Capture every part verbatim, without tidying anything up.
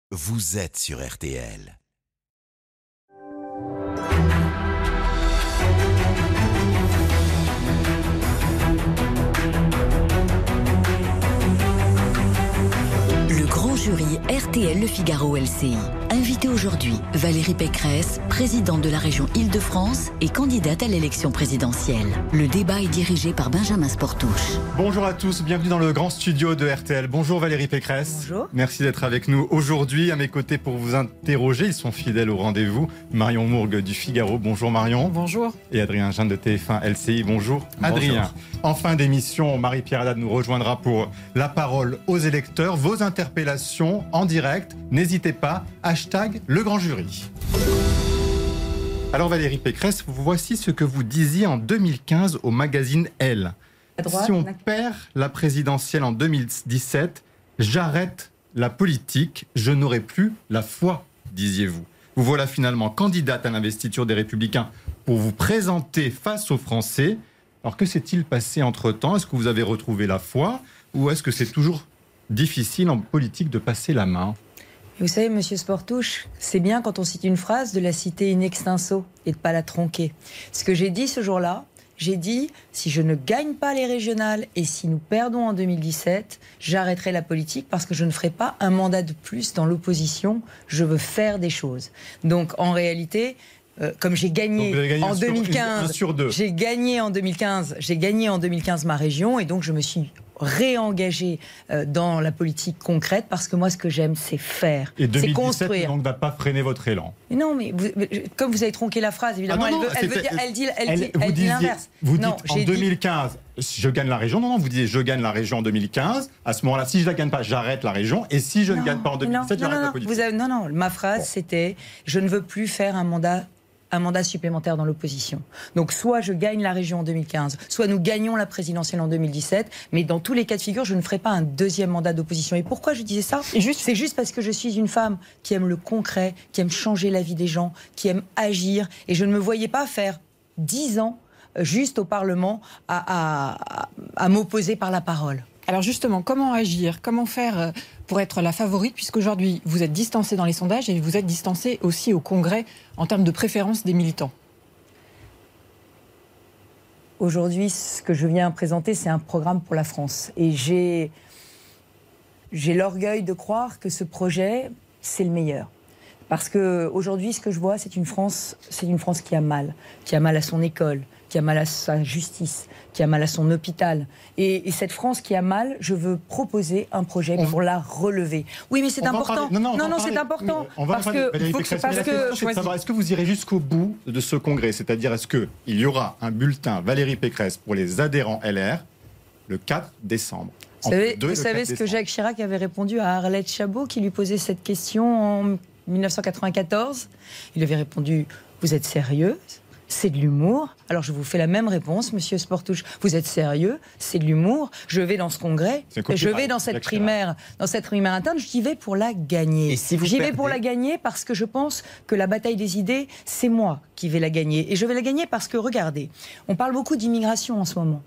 Vous êtes sur R T L. Le grand jury R T L Le Figaro L C I. Invité aujourd'hui, Valérie Pécresse, présidente de la région Île-de-France et candidate à l'élection présidentielle. Le débat est dirigé par Benjamin Sportouche. Bonjour à tous, bienvenue dans le grand studio de R T L. Bonjour Valérie Pécresse. Bonjour. Merci d'être avec nous aujourd'hui. À mes côtés pour vous interroger, ils sont fidèles au rendez-vous. Marion Mourgue du Figaro. Bonjour Marion. Bonjour. Et Adrien Jeanne de T F un L C I. Bonjour Adrien. Bonjour. En fin d'émission, Marie-Pierre Haddad nous rejoindra pour la parole aux électeurs. Vos interpellations en direct. N'hésitez pas. Hashtag le grand jury. Alors Valérie Pécresse, voici ce que vous disiez en deux mille quinze au magazine Elle. Droite, si on perd la présidentielle en deux mille dix-sept, j'arrête la politique, je n'aurai plus la foi, disiez-vous. Vous voilà finalement candidate à l'investiture des Républicains pour vous présenter face aux Français. Alors que s'est-il passé entre-temps? Est-ce que vous avez retrouvé la foi ou est-ce que c'est toujours difficile en politique de passer la main? Vous savez, monsieur Sportouche, c'est bien quand on cite une phrase de la citer in extenso et de ne pas la tronquer. Ce que j'ai dit ce jour-là, j'ai dit, si je ne gagne pas les régionales et si nous perdons en deux mille dix-sept, j'arrêterai la politique parce que je ne ferai pas un mandat de plus dans l'opposition. Je veux faire des choses. Donc, en réalité, euh, comme j'ai gagné, gagné en deux mille quinze, sur, sur j'ai gagné en deux mille quinze, j'ai gagné en deux mille quinze ma région et donc je me suis réengagé euh, dans la politique concrète parce que moi ce que j'aime c'est faire, et c'est construire. Donc n'a pas freiné votre élan. Mais non, mais vous, comme vous avez tronqué la phrase, évidemment, ah non, non, elle, veut, elle, veut dire, elle dit, elle, elle dit, elle dit l'inverse. Vous non, dites en deux mille quinze, dit... je gagne la région. Non, non, vous disiez je gagne la région en deux mille quinze. À ce moment-là, si je la gagne pas, j'arrête la région. Et si je non, ne gagne pas en deux mille dix-sept, non, j'arrête non, la politique. Vous avez, non, non, ma phrase bon. c'était je ne veux plus faire un mandat. un mandat supplémentaire dans l'opposition. Donc soit je gagne la région en deux mille quinze, soit nous gagnons la présidentielle en deux mille dix-sept, mais dans tous les cas de figure, je ne ferai pas un deuxième mandat d'opposition. Et pourquoi je disais ça ? juste, C'est juste parce que je suis une femme qui aime le concret, qui aime changer la vie des gens, qui aime agir, et je ne me voyais pas faire dix ans juste au Parlement à, à, à m'opposer par la parole. Alors justement, comment agir ? Comment faire pour être la favorite ? Puisqu'aujourd'hui, vous êtes distancée dans les sondages et vous êtes distancée aussi au Congrès en termes de préférence des militants. Aujourd'hui, ce que je viens présenter, c'est un programme pour la France. Et j'ai, j'ai l'orgueil de croire que ce projet, c'est le meilleur. Parce qu'aujourd'hui, ce que je vois, c'est une France, c'est une France qui a mal. Qui a mal à son école, qui a mal à sa justice, qui a mal à son hôpital. Et, et cette France qui a mal, je veux proposer un projet pour la relever. Oui, mais c'est on important. Non, non, non, non c'est important. On va parce que, faut que, parce que, que savoir, est-ce que vous irez jusqu'au bout de ce congrès ? C'est-à-dire, est-ce qu'il y aura un bulletin Valérie Pécresse pour les adhérents L R le quatre décembre ? Vous savez, vous savez ce que Jacques Chirac avait répondu à Arlette Chabot, qui lui posait cette question en mille neuf cent quatre-vingt-quatorze. Il avait répondu « Vous êtes sérieuse ? C'est de l'humour ?» Alors je vous fais la même réponse, monsieur Sportouche. Vous êtes sérieux ? C'est de l'humour. Je vais dans ce congrès, je vais dans cette primaire, dans cette primaire interne, j'y vais pour la gagner. Et si j'y vais pour la gagner parce que je pense que la bataille des idées, c'est moi qui vais la gagner. Et je vais la gagner parce que, regardez, on parle beaucoup d'immigration en ce moment.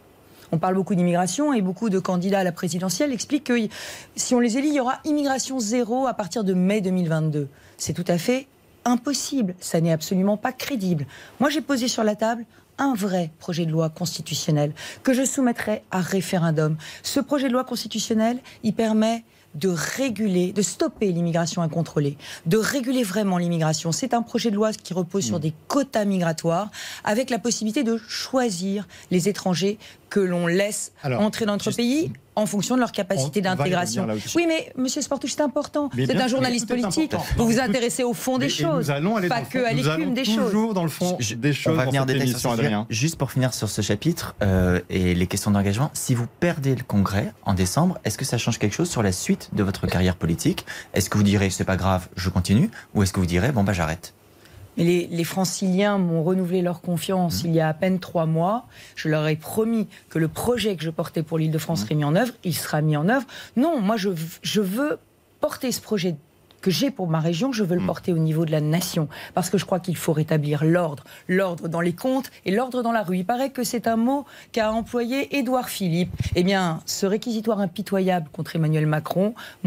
On parle beaucoup d'immigration et beaucoup de candidats à la présidentielle expliquent que si on les élit, il y aura immigration zéro à partir de mai deux mille vingt-deux. C'est tout à fait impossible. Ça n'est absolument pas crédible. Moi, j'ai posé sur la table un vrai projet de loi constitutionnel que je soumettrai à référendum. Ce projet de loi constitutionnel, il permet de réguler, de stopper l'immigration incontrôlée, de réguler vraiment l'immigration. C'est un projet de loi qui repose mmh. sur des quotas migratoires, avec la possibilité de choisir les étrangers que l'on laisse Alors, entrer dans notre juste... pays en fonction de leur capacité on, d'intégration. On oui, mais monsieur Sportouche, c'est important. Mais vous êtes un journaliste politique. Vous vous intéressez au fond des choses, pas que à l'écume des choses. Toujours dans le fond je, des choses. On va dans venir cette émission, Adrien. Juste pour finir sur ce chapitre euh, et les questions d'engagement, si vous perdez le Congrès en décembre, est-ce que ça change quelque chose sur la suite de votre carrière politique ? Est-ce que vous direz c'est pas grave, je continue, ou est-ce que vous direz bon bah j'arrête ? Mais les, les franciliens m'ont renouvelé leur confiance mmh. il y a à peine trois mois. Je leur ai promis que le projet que je portais pour l'Île-de-France mmh. serait mis en œuvre. Il sera mis en œuvre. Non, moi, je, je veux porter ce projet que j'ai pour ma région, je veux le porter au niveau de la nation. Parce que je crois qu'il faut rétablir l'ordre. L'ordre dans les comptes et l'ordre dans la rue. Il paraît que c'est un mot qu'a employé Édouard Philippe. Eh bien, ce réquisitoire impitoyable contre Emmanuel Macron, moi,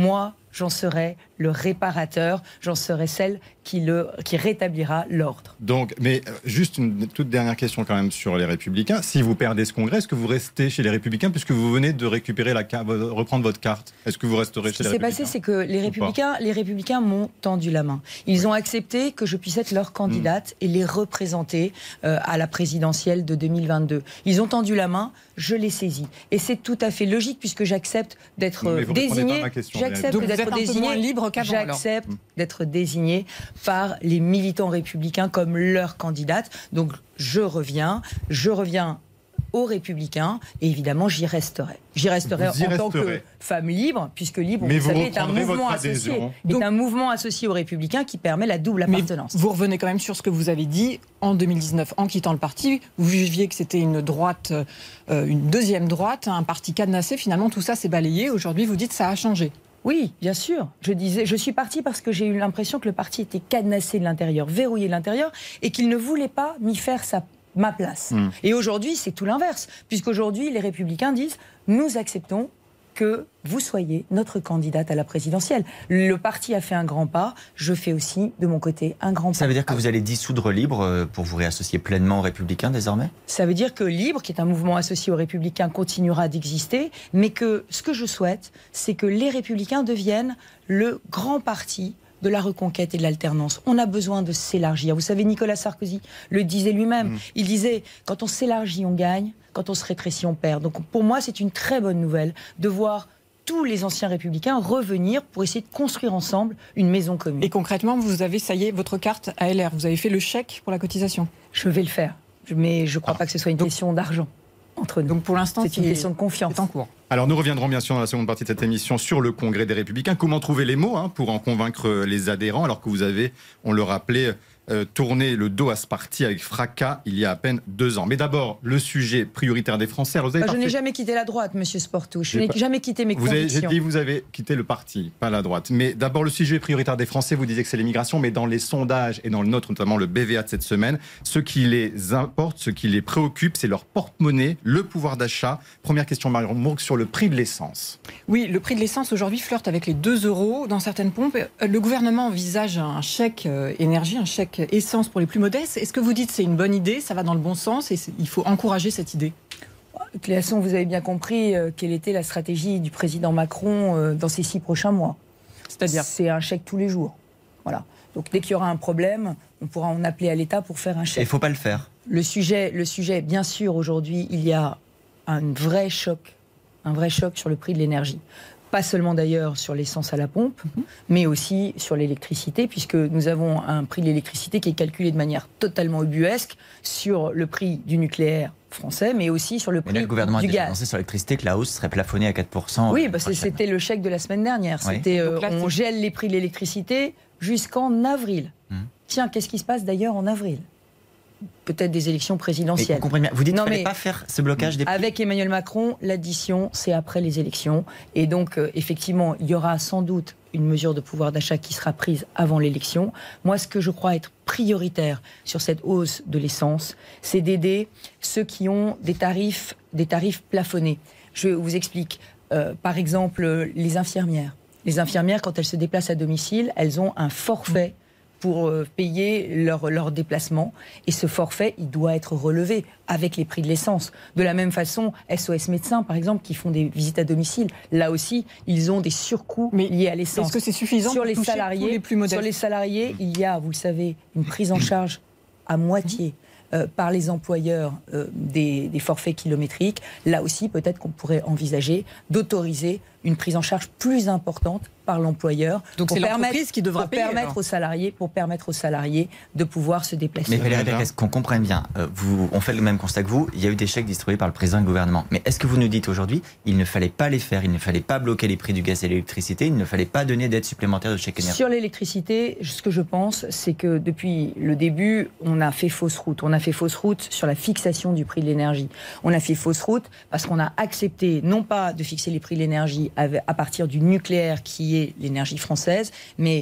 j'en serai le réparateur, j'en serai celle qui, le, qui rétablira l'ordre. Donc, mais juste une toute dernière question quand même sur les Républicains. Si vous perdez ce congrès, est-ce que vous restez chez les Républicains puisque vous venez de récupérer la carte, reprendre votre carte? Est-ce que vous resterez chez les Républicains? Ce qui s'est passé, c'est que les Républicains, les Républicains m'ont tendu la main. Ils ont accepté que je puisse être leur candidate mmh. et les représenter euh, à la présidentielle de deux mille vingt-deux. Ils ont tendu la main, je l'ai saisie. Et c'est tout à fait logique puisque j'accepte d'être désigné. J'accepte d'être désigné. Libre qu'avant, J'accepte d'être désigné par les militants républicains comme leur candidate. Donc je reviens, je reviens aux Républicains et évidemment j'y resterai. J'y resterai en resterez. tant que femme libre, puisque libre, Mais vous, vous savez, est un mouvement associé, Donc, est un mouvement associé aux Républicains qui permet la double appartenance. Mais vous revenez quand même sur ce que vous avez dit en deux mille dix-neuf, en quittant le parti. Vous jugiez que c'était une droite, euh, une deuxième droite, un parti cadenassé. Finalement, tout ça s'est balayé. Aujourd'hui, vous dites que ça a changé. Oui, bien sûr. Je disais, je suis partie parce que j'ai eu l'impression que le parti était cadenassé de l'intérieur, verrouillé de l'intérieur, et qu'il ne voulait pas m'y faire sa, ma place. Mmh. Et aujourd'hui, c'est tout l'inverse, puisqu'aujourd'hui, les Républicains disent « nous acceptons que vous soyez notre candidate à la présidentielle ». Le parti a fait un grand pas, je fais aussi, de mon côté, un grand pas. Ça veut dire que vous allez dissoudre Libre pour vous réassocier pleinement aux Républicains désormais? Ça veut dire que Libre, qui est un mouvement associé aux Républicains, continuera d'exister, mais que ce que je souhaite, c'est que les Républicains deviennent le grand parti de la reconquête et de l'alternance. On a besoin de s'élargir. Vous savez, Nicolas Sarkozy le disait lui-même. Mmh. Il disait, quand on s'élargit, on gagne. Quand on se rétrécit, on perd. Donc pour moi, c'est une très bonne nouvelle de voir tous les anciens Républicains revenir pour essayer de construire ensemble une maison commune. Et concrètement, vous avez, ça y est, votre carte A L R. Vous avez fait le chèque pour la cotisation? Je vais le faire. Mais je ne crois ah. pas que ce soit une Donc, question d'argent entre nous. Donc pour l'instant, c'est une question de confiance. C'est en cours. Alors nous reviendrons bien sûr dans la seconde partie de cette émission sur le Congrès des Républicains. Comment trouver les mots hein, pour en convaincre les adhérents alors que vous avez, on le rappelait, euh, tourné le dos à ce parti avec fracas il y a à peine deux ans. Mais d'abord, le sujet prioritaire des Français. Alors, vous avez ah, je parfait... n'ai jamais quitté la droite, monsieur Sportouche. Je n'ai pas... jamais quitté mes vous convictions. Avez, j'ai dit vous avez quitté le parti, pas la droite. Mais d'abord, le sujet prioritaire des Français, vous disiez que c'est l'immigration, mais dans les sondages et dans le nôtre, notamment le B V A de cette semaine, ce qui les importe, ce qui les préoccupe, c'est leur porte-monnaie, le pouvoir d'achat. Première question, Marion Mourgue, sur le prix de l'essence. Oui, le prix de l'essence aujourd'hui flirte avec les deux euros dans certaines pompes. Le gouvernement envisage un chèque euh, énergie, un chèque essence pour les plus modestes. Est-ce que vous dites que c'est une bonne idée, ça va dans le bon sens et il faut encourager cette idée? De toute façon, vous avez bien compris euh, quelle était la stratégie du président Macron euh, dans ces six prochains mois. C'est-à-dire, c'est un chèque tous les jours. Voilà. Donc dès qu'il y aura un problème, on pourra en appeler à l'État pour faire un chèque. Et il ne faut pas le faire. Le sujet, le sujet, bien sûr, aujourd'hui, il y a un vrai choc, un vrai choc sur le prix de l'énergie. Pas seulement d'ailleurs sur l'essence à la pompe, mmh. mais aussi sur l'électricité, puisque nous avons un prix de l'électricité qui est calculé de manière totalement ubuesque sur le prix du nucléaire français, mais aussi sur le prix là, le gouvernement du a déjà gaz. annoncé sur l'électricité que la hausse serait plafonnée à quatre pour cent. Oui, bah c'était le chèque de la semaine dernière. Oui. C'était, euh, là, on gèle les prix de l'électricité jusqu'en avril. Mmh. Tiens, qu'est-ce qui se passe d'ailleurs en avril ? Peut-être des élections présidentielles. Vous comprenez bien. Vous dites qu'il ne fallait pas faire ce blocage des prix. Avec Emmanuel Macron, l'addition, c'est après les élections. Et donc, euh, effectivement, il y aura sans doute une mesure de pouvoir d'achat qui sera prise avant l'élection. Moi, ce que je crois être prioritaire sur cette hausse de l'essence, c'est d'aider ceux qui ont des tarifs, des tarifs plafonnés. Je vous explique. Euh, par exemple, les infirmières. Les infirmières, quand elles se déplacent à domicile, elles ont un forfait pour payer leur, leur déplacement. Et ce forfait, il doit être relevé avec les prix de l'essence. De la même façon, S O S Médecins, par exemple, qui font des visites à domicile, là aussi, ils ont des surcoûts Mais liés à l'essence. Est-ce que c'est suffisant sur pour les toucher salariés, tous les plus modestes ? Sur les salariés, il y a, vous le savez, une prise en charge à moitié euh, par les employeurs euh, des, des forfaits kilométriques. Là aussi, peut-être qu'on pourrait envisager d'autoriser une prise en charge plus importante par l'employeur. Donc c'est l'entreprise qui devra pour payer, permettre aux salariés, pour permettre aux salariés de pouvoir se déplacer. Mais Valérie Pécresse, qu'on comprenne bien, euh, vous, on fait le même constat que vous, il y a eu des chèques distribués par le président du gouvernement. Mais est-ce que vous nous dites aujourd'hui, il ne fallait pas les faire, il ne fallait pas bloquer les prix du gaz et de l'électricité, il ne fallait pas donner d'aide supplémentaire de chèque énergie? Sur l'électricité, ce que je pense, c'est que depuis le début, on a fait fausse route. On a fait fausse route sur la fixation du prix de l'énergie. On a fait fausse route parce qu'on a accepté, non pas de fixer les prix de l'énergie à partir du nucléaire qui est l'énergie française, mais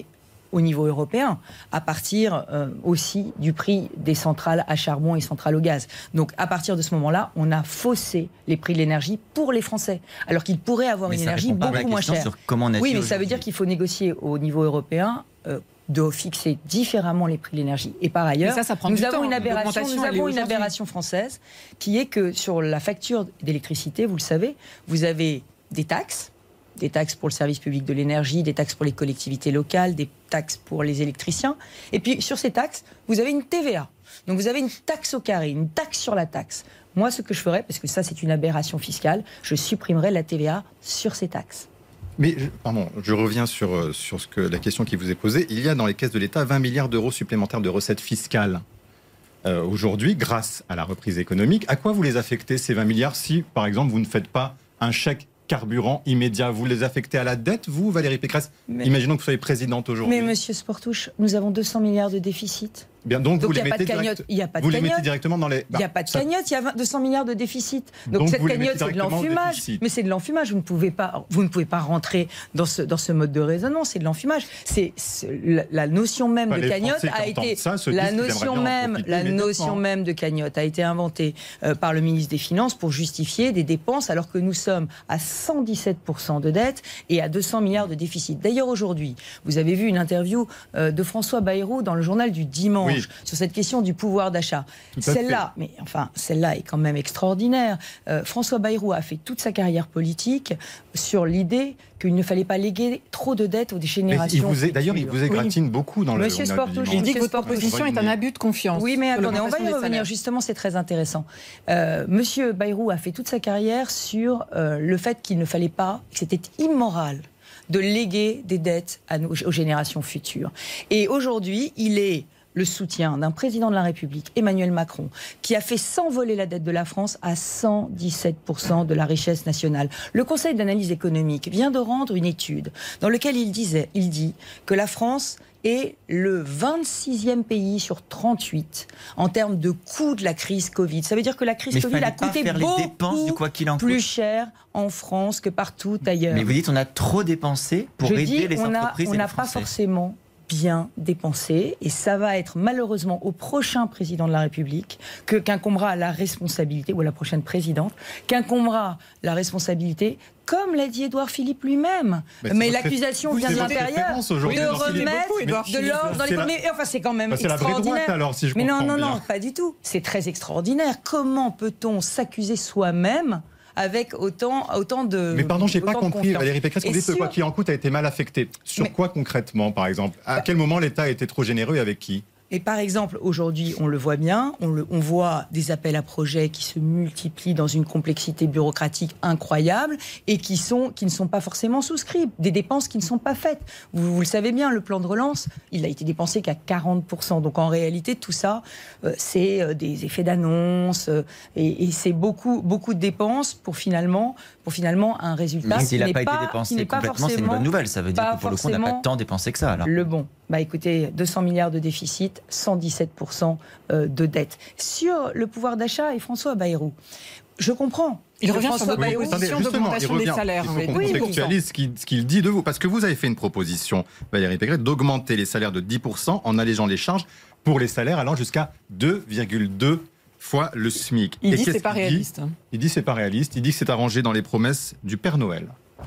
au niveau européen, à partir euh, aussi du prix des centrales à charbon et centrales au gaz. Donc à partir de ce moment-là, on a faussé les prix de l'énergie pour les Français, alors qu'ils pourraient avoir mais une ça énergie répond pas à la beaucoup moins question chère. sur comment on agit oui, mais ça aujourd'hui. veut dire qu'il faut négocier au niveau européen. Euh, de fixer différemment les prix de l'énergie. Et par ailleurs, ça, ça prend nous du avons temps. une aberration, L'augmentation, nous elle est avons une aujourd'hui. aberration française qui est que sur la facture d'électricité, vous le savez, vous avez des taxes, des taxes pour le service public de l'énergie, des taxes pour les collectivités locales, des taxes pour les électriciens. Et puis sur ces taxes, vous avez une T V A. Donc vous avez une taxe au carré, une taxe sur la taxe. Moi, ce que je ferais, parce que ça c'est une aberration fiscale, je supprimerais la T V A sur ces taxes. Mais, je, pardon, je reviens sur, sur ce que, la question qui vous est posée. Il y a dans les caisses de l'État vingt milliards d'euros supplémentaires de recettes fiscales euh, aujourd'hui, grâce à la reprise économique. À quoi vous les affectez, ces vingt milliards, si, par exemple, vous ne faites pas un chèque carburant immédiat? Vous les affectez à la dette, vous, Valérie Pécresse? Mais, Imaginons que vous soyez présidente aujourd'hui. Mais monsieur Sportouche, nous avons deux cents milliards de déficit. Bien, donc, Donc vous il les n'y a pas de mettez cagnotte. direct- Il n'y a pas de vous les cagnotte. mettez directement dans les... Il n'y a pas de ça- cagnotte, il y a deux cents milliards de déficit. Donc, Donc cette vous les cagnotte, mettez c'est de directement au l'enfumage. déficit. Mais c'est de l'enfumage. Vous ne pouvez pas, vous ne pouvez pas rentrer dans ce, dans ce mode de raisonnement. C'est de l'enfumage. C'est, c'est- la, la notion même Enfin, de les cagnotte Français qui a été, entendent ça se disent la qu'ils aimeraient notion bien en même, profiter la immédiatement. notion même de cagnotte a été inventée euh, par le ministre des Finances pour justifier des dépenses, alors que nous sommes à cent dix-sept pour cent de dette et à deux cents milliards de déficit. D'ailleurs, aujourd'hui, vous avez vu une interview euh, de François Bayrou dans le journal du dimanche Oui. sur cette question du pouvoir d'achat. Tout à Celle-là, mais enfin, celle-là est quand même extraordinaire. Euh, François Bayrou a fait toute sa carrière politique sur l'idée qu'il ne fallait pas léguer trop de dettes aux Mais générations il vous est- futures. D'ailleurs, il vous égratigne beaucoup dans le Monsieur journal du Sportouche, dimanche. Il dit que Monsieur votre proposition est un abus de confiance. Oui, mais sur attendez, on va y l'augmentation des revenir. salaires. Justement, c'est très intéressant. Euh, Monsieur Bayrou a fait toute sa carrière sur euh, le fait qu'il ne fallait pas, que c'était immoral de léguer des dettes à nos, aux générations futures. Et aujourd'hui, il est le soutien d'un président de la République, Emmanuel Macron, qui a fait s'envoler la dette de la France à cent dix-sept pour cent de la richesse nationale. Le Conseil d'analyse économique vient de rendre une étude dans laquelle il disait, il dit que la France est le vingt-sixième pays sur trente-huit en termes de coût de la crise Covid. Ça veut dire que la crise Mais il Covid a fallait pas coûté faire les dépenses du quoi qu'il en beaucoup plus coûte. cher en France que partout ailleurs. Mais vous dites on a trop dépensé pour Je aider dis, les on a- entreprises on et n'a les pas Français. forcément bien dépensé, et ça va être malheureusement au prochain président de la République que qu'incombera la responsabilité, ou à la prochaine présidente, qu'incombera la responsabilité, comme l'a dit Édouard Philippe lui-même. Mais c'est Mais votre- l'accusation vous, vient c'est de votre l'intérieur référence aujourd'hui, de Édouard Philippe. remettre beaucoup, Édouard de Philippe. l'ordre dans C'est les la- mais enfin c'est quand même Bah, c'est la vraie extraordinaire. droite, alors, si je mais non, comprends non, bien. non, pas du tout. C'est très extraordinaire. Comment peut-on s'accuser soi-même avec autant, autant de Mais pardon, j'ai pas autant de compris, confiance. Valérie Pécresse, Et vous dites que sur- quoi qu'il en coûte a été mal affecté. Sur Mais- quoi concrètement, par exemple? À quel moment l'État a été trop généreux et avec qui? Et par exemple, aujourd'hui, on le voit bien, on, le, on voit des appels à projets qui se multiplient dans une complexité bureaucratique incroyable et qui, sont, qui ne sont pas forcément souscrits, des dépenses qui ne sont pas faites. Vous, vous le savez bien, le plan de relance, il a été dépensé qu'à quarante pour cent. Donc en réalité, tout ça, euh, c'est euh, des effets d'annonce euh, et, et c'est beaucoup, beaucoup de dépenses pour finalement, pour finalement un résultat Mais qui s'il n'a n'est pas été qui dépensé n'est pas complètement, c'est une forcément bonne nouvelle. Ça veut dire pas que pour le coup, on n'a pas forcément tant dépensé que ça. Alors. le bon. Bah écoutez, deux cents milliards de déficit, cent dix-sept pour cent de dette. Sur le pouvoir d'achat et François Bayrou, je comprends. Il que revient sur François votre Bayrou- proposition Attendez, justement, d'augmentation il des revient. salaires. Il faut qu'on Oui, contextualise ce qu'il, ce qu'il dit de vous. Parce que vous avez fait une proposition, Valérie Pécresse, d'augmenter les salaires de dix pour cent en allégeant les charges pour les salaires allant jusqu'à deux virgule deux fois le SMIC. Il Et dit que qu'est-ce c'est pas qu'il dit réaliste. Il dit que c'est pas réaliste. Il dit que c'est arrangé dans les promesses du Père Noël.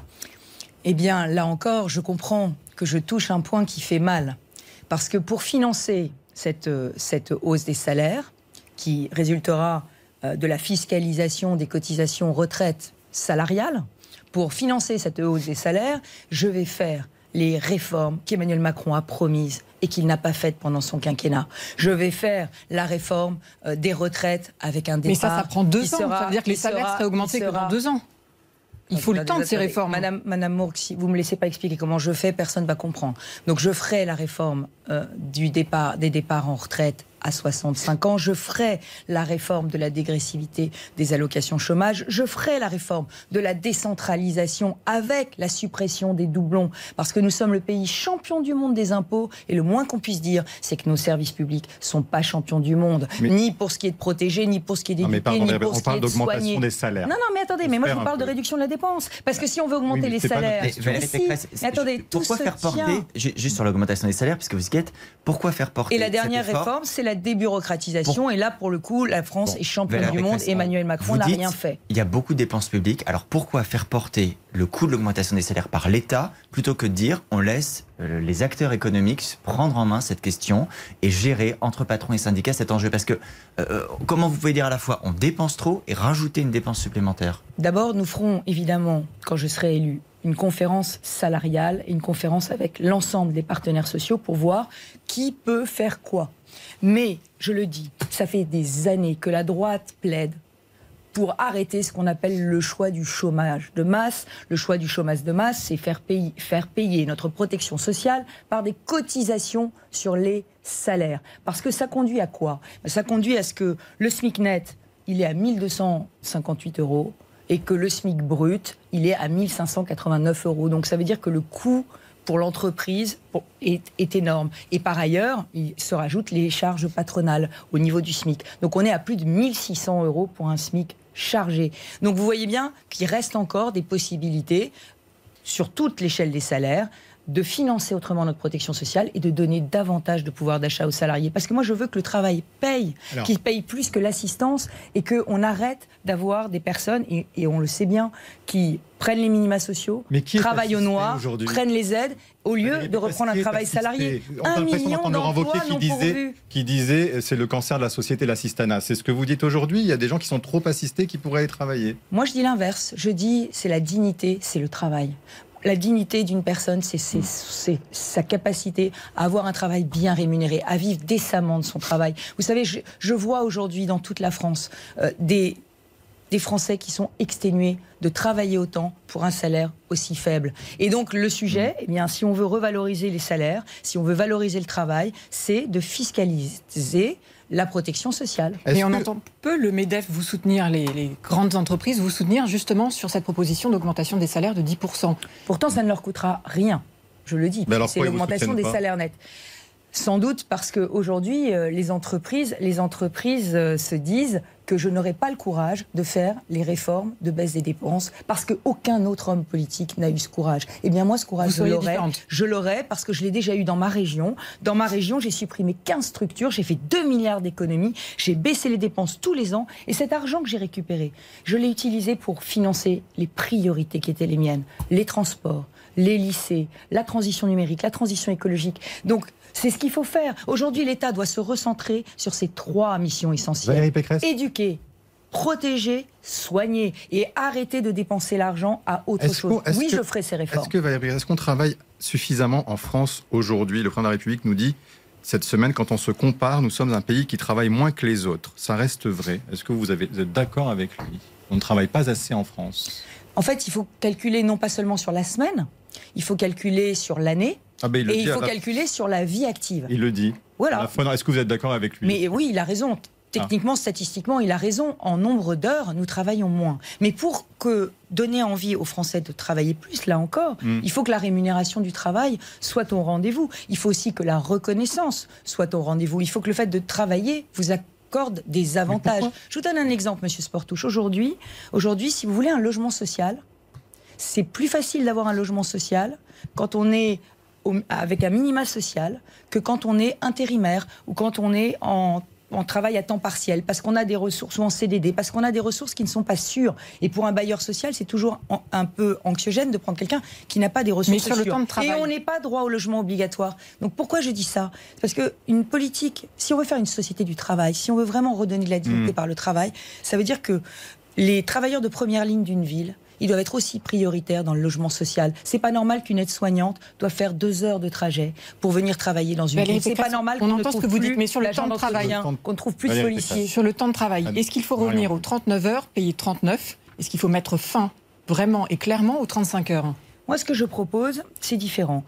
Eh bien, là encore, je comprends que je touche un point qui fait mal. Parce que pour financer cette, euh, cette hausse des salaires, qui résultera euh, de la fiscalisation des cotisations retraite salariales, pour financer cette hausse des salaires, je vais faire les réformes qu'Emmanuel Macron a promises et qu'il n'a pas faites pendant son quinquennat. Je vais faire la réforme euh, des retraites avec un départ. Mais ça, ça prend deux qui ans. sera- ça veut dire que les qui salaires sera- seraient augmentés qui que sera- dans deux ans. Il faut le temps de ces Attendez, réformes. Madame, Madame Mourgue, si vous ne me laissez pas expliquer comment je fais, personne ne va comprendre. Donc je ferai la réforme euh, du départ, des départs en retraite à soixante-cinq ans. Je ferai la réforme de la dégressivité des allocations chômage. Je ferai la réforme de la décentralisation avec la suppression des doublons. Parce que nous sommes le pays champion du monde des impôts. Et le moins qu'on puisse dire, c'est que nos services publics ne sont pas champions du monde. Mais... ni pour ce qui est de protéger, ni pour ce qui est d'éduquer, ni pour ce qui est de soigner. Des salaires. Non, non, mais attendez, mais moi je vous parle de réduction de la dépense. Parce que si on veut augmenter oui, les salaires... Mais, mais, si, mais, mais attendez, pourquoi tout faire se porter, tient. juste sur l'augmentation des salaires, puisque vous y êtes, pourquoi faire porter Et la dernière cet effort réforme, c'est la débureaucratisation. Bon. Et là, pour le coup, la France bon. est championne du monde. Emmanuel Macron n'a rien fait. Il y a beaucoup de dépenses publiques. Alors pourquoi faire porter le coût de l'augmentation des salaires par l'État, plutôt que de dire on laisse les acteurs économiques prendre en main cette question et gérer entre patrons et syndicats cet enjeu? Parce que euh, comment vous pouvez dire à la fois on dépense trop et rajouter une dépense supplémentaire? D'abord, nous ferons évidemment, quand je serai élu, une conférence salariale et une conférence avec l'ensemble des partenaires sociaux pour voir qui peut faire quoi. Mais, je le dis, ça fait des années que la droite plaide pour arrêter ce qu'on appelle le choix du chômage de masse. Le choix du chômage de masse, c'est faire payer, faire payer notre protection sociale par des cotisations sur les salaires. Parce que ça conduit à quoi? Ça conduit à ce que le SMIC net, il est à mille deux cent cinquante-huit euros et que le SMIC brut, il est à mille cinq cent quatre-vingt-neuf euros. Donc ça veut dire que le coût pour l'entreprise est, est énorme. Et par ailleurs, il se rajoutent les charges patronales au niveau du SMIC. Donc on est à plus de mille six cents euros pour un SMIC chargé. Donc vous voyez bien qu'il reste encore des possibilités sur toute l'échelle des salaires de financer autrement notre protection sociale et de donner davantage de pouvoir d'achat aux salariés. Parce que moi, je veux que le travail paye, Alors... qu'il paye plus que l'assistance et qu'on arrête d'avoir des personnes, et, et on le sait bien, qui prennent les minima sociaux, travaillent au noir, aujourd'hui prennent les aides, au lieu de reprendre un travail salarié. Un million d'emplois non pourvus. Qui disait, c'est le cancer de la société, l'assistanat. C'est ce que vous dites aujourd'hui. Il y a des gens qui sont trop assistés qui pourraient y travailler. Moi, je dis l'inverse. Je dis, c'est la dignité, c'est le travail. La dignité d'une personne, c'est, c'est, c'est sa capacité à avoir un travail bien rémunéré, à vivre décemment de son travail. Vous savez, je, je vois aujourd'hui dans toute la France euh, des, des Français qui sont exténués de travailler autant pour un salaire aussi faible. Et donc le sujet, eh bien, si on veut revaloriser les salaires, si on veut valoriser le travail, c'est de fiscaliser la protection sociale. Est-ce Mais on que... entend peu le MEDEF vous soutenir, les, les grandes entreprises vous soutenir justement sur cette proposition d'augmentation des salaires de dix pour cent. Pourtant, ça ne leur coûtera rien, je le dis. C'est l'augmentation des salaires nets. Sans doute parce qu'aujourd'hui, euh, les entreprises, les entreprises euh, se disent que je n'aurai pas le courage de faire les réformes de baisse des dépenses parce qu'aucun autre homme politique n'a eu ce courage. Eh bien moi, ce courage, je l'aurai. Je l'aurai parce que je l'ai déjà eu dans ma région. Dans ma région, j'ai supprimé quinze structures, j'ai fait deux milliards d'économies, j'ai baissé les dépenses tous les ans et cet argent que j'ai récupéré, je l'ai utilisé pour financer les priorités qui étaient les miennes. Les transports, les lycées, la transition numérique, la transition écologique. Donc, c'est ce qu'il faut faire. Aujourd'hui, l'État doit se recentrer sur ces trois missions essentielles. Éduquer, protéger, soigner et arrêter de dépenser l'argent à autre est-ce chose. Oui, que, je ferai ces réformes. Est-ce que, Valérie, est-ce qu'on travaille suffisamment en France aujourd'hui? Le président de la République nous dit cette semaine, quand on se compare, nous sommes un pays qui travaille moins que les autres. Ça reste vrai. Est-ce que vous, avez, vous êtes d'accord avec lui? On ne travaille pas assez en France. En fait, il faut calculer non pas seulement sur la semaine, il faut calculer sur l'année. Ah ben il et il faut la... calculer sur la vie active. Il le dit. Voilà. Est-ce que vous êtes d'accord avec lui? Mais oui, il a raison. Techniquement, ah. statistiquement, il a raison. En nombre d'heures, nous travaillons moins. Mais pour que donner envie aux Français de travailler plus, là encore, mm. il faut que la rémunération du travail soit au rendez-vous. Il faut aussi que la reconnaissance soit au rendez-vous. Il faut que le fait de travailler vous accorde des avantages. Je vous donne un exemple, Monsieur Sportouche. Aujourd'hui, aujourd'hui, si vous voulez un logement social, c'est plus facile d'avoir un logement social quand on est avec un minima social que quand on est intérimaire ou quand on est en, en travail à temps partiel, parce qu'on a des ressources, ou en C D D, parce qu'on a des ressources qui ne sont pas sûres. Et pour un bailleur social, c'est toujours en, un peu anxiogène de prendre quelqu'un qui n'a pas des ressources Mais sur sûres. Le temps de travail. Et on n'est pas droit au logement obligatoire. Donc pourquoi je dis ça? Parce qu'une politique, si on veut faire une société du travail, si on veut vraiment redonner de la dignité mmh. par le travail, ça veut dire que les travailleurs de première ligne d'une ville, ils doivent être aussi prioritaires dans le logement social. C'est pas normal qu'une aide-soignante doive faire deux heures de trajet pour venir travailler dans une ville. C'est pas normal qu'on ne trouve plus mais sur le temps de travail, qu'on ne trouve plus de policiers. Sur le temps de travail, est-ce qu'il faut revenir aux trente-neuf heures, payer trente-neuf? Est-ce qu'il faut mettre fin vraiment et clairement aux trente-cinq heures? Moi, ce que je propose, c'est différent.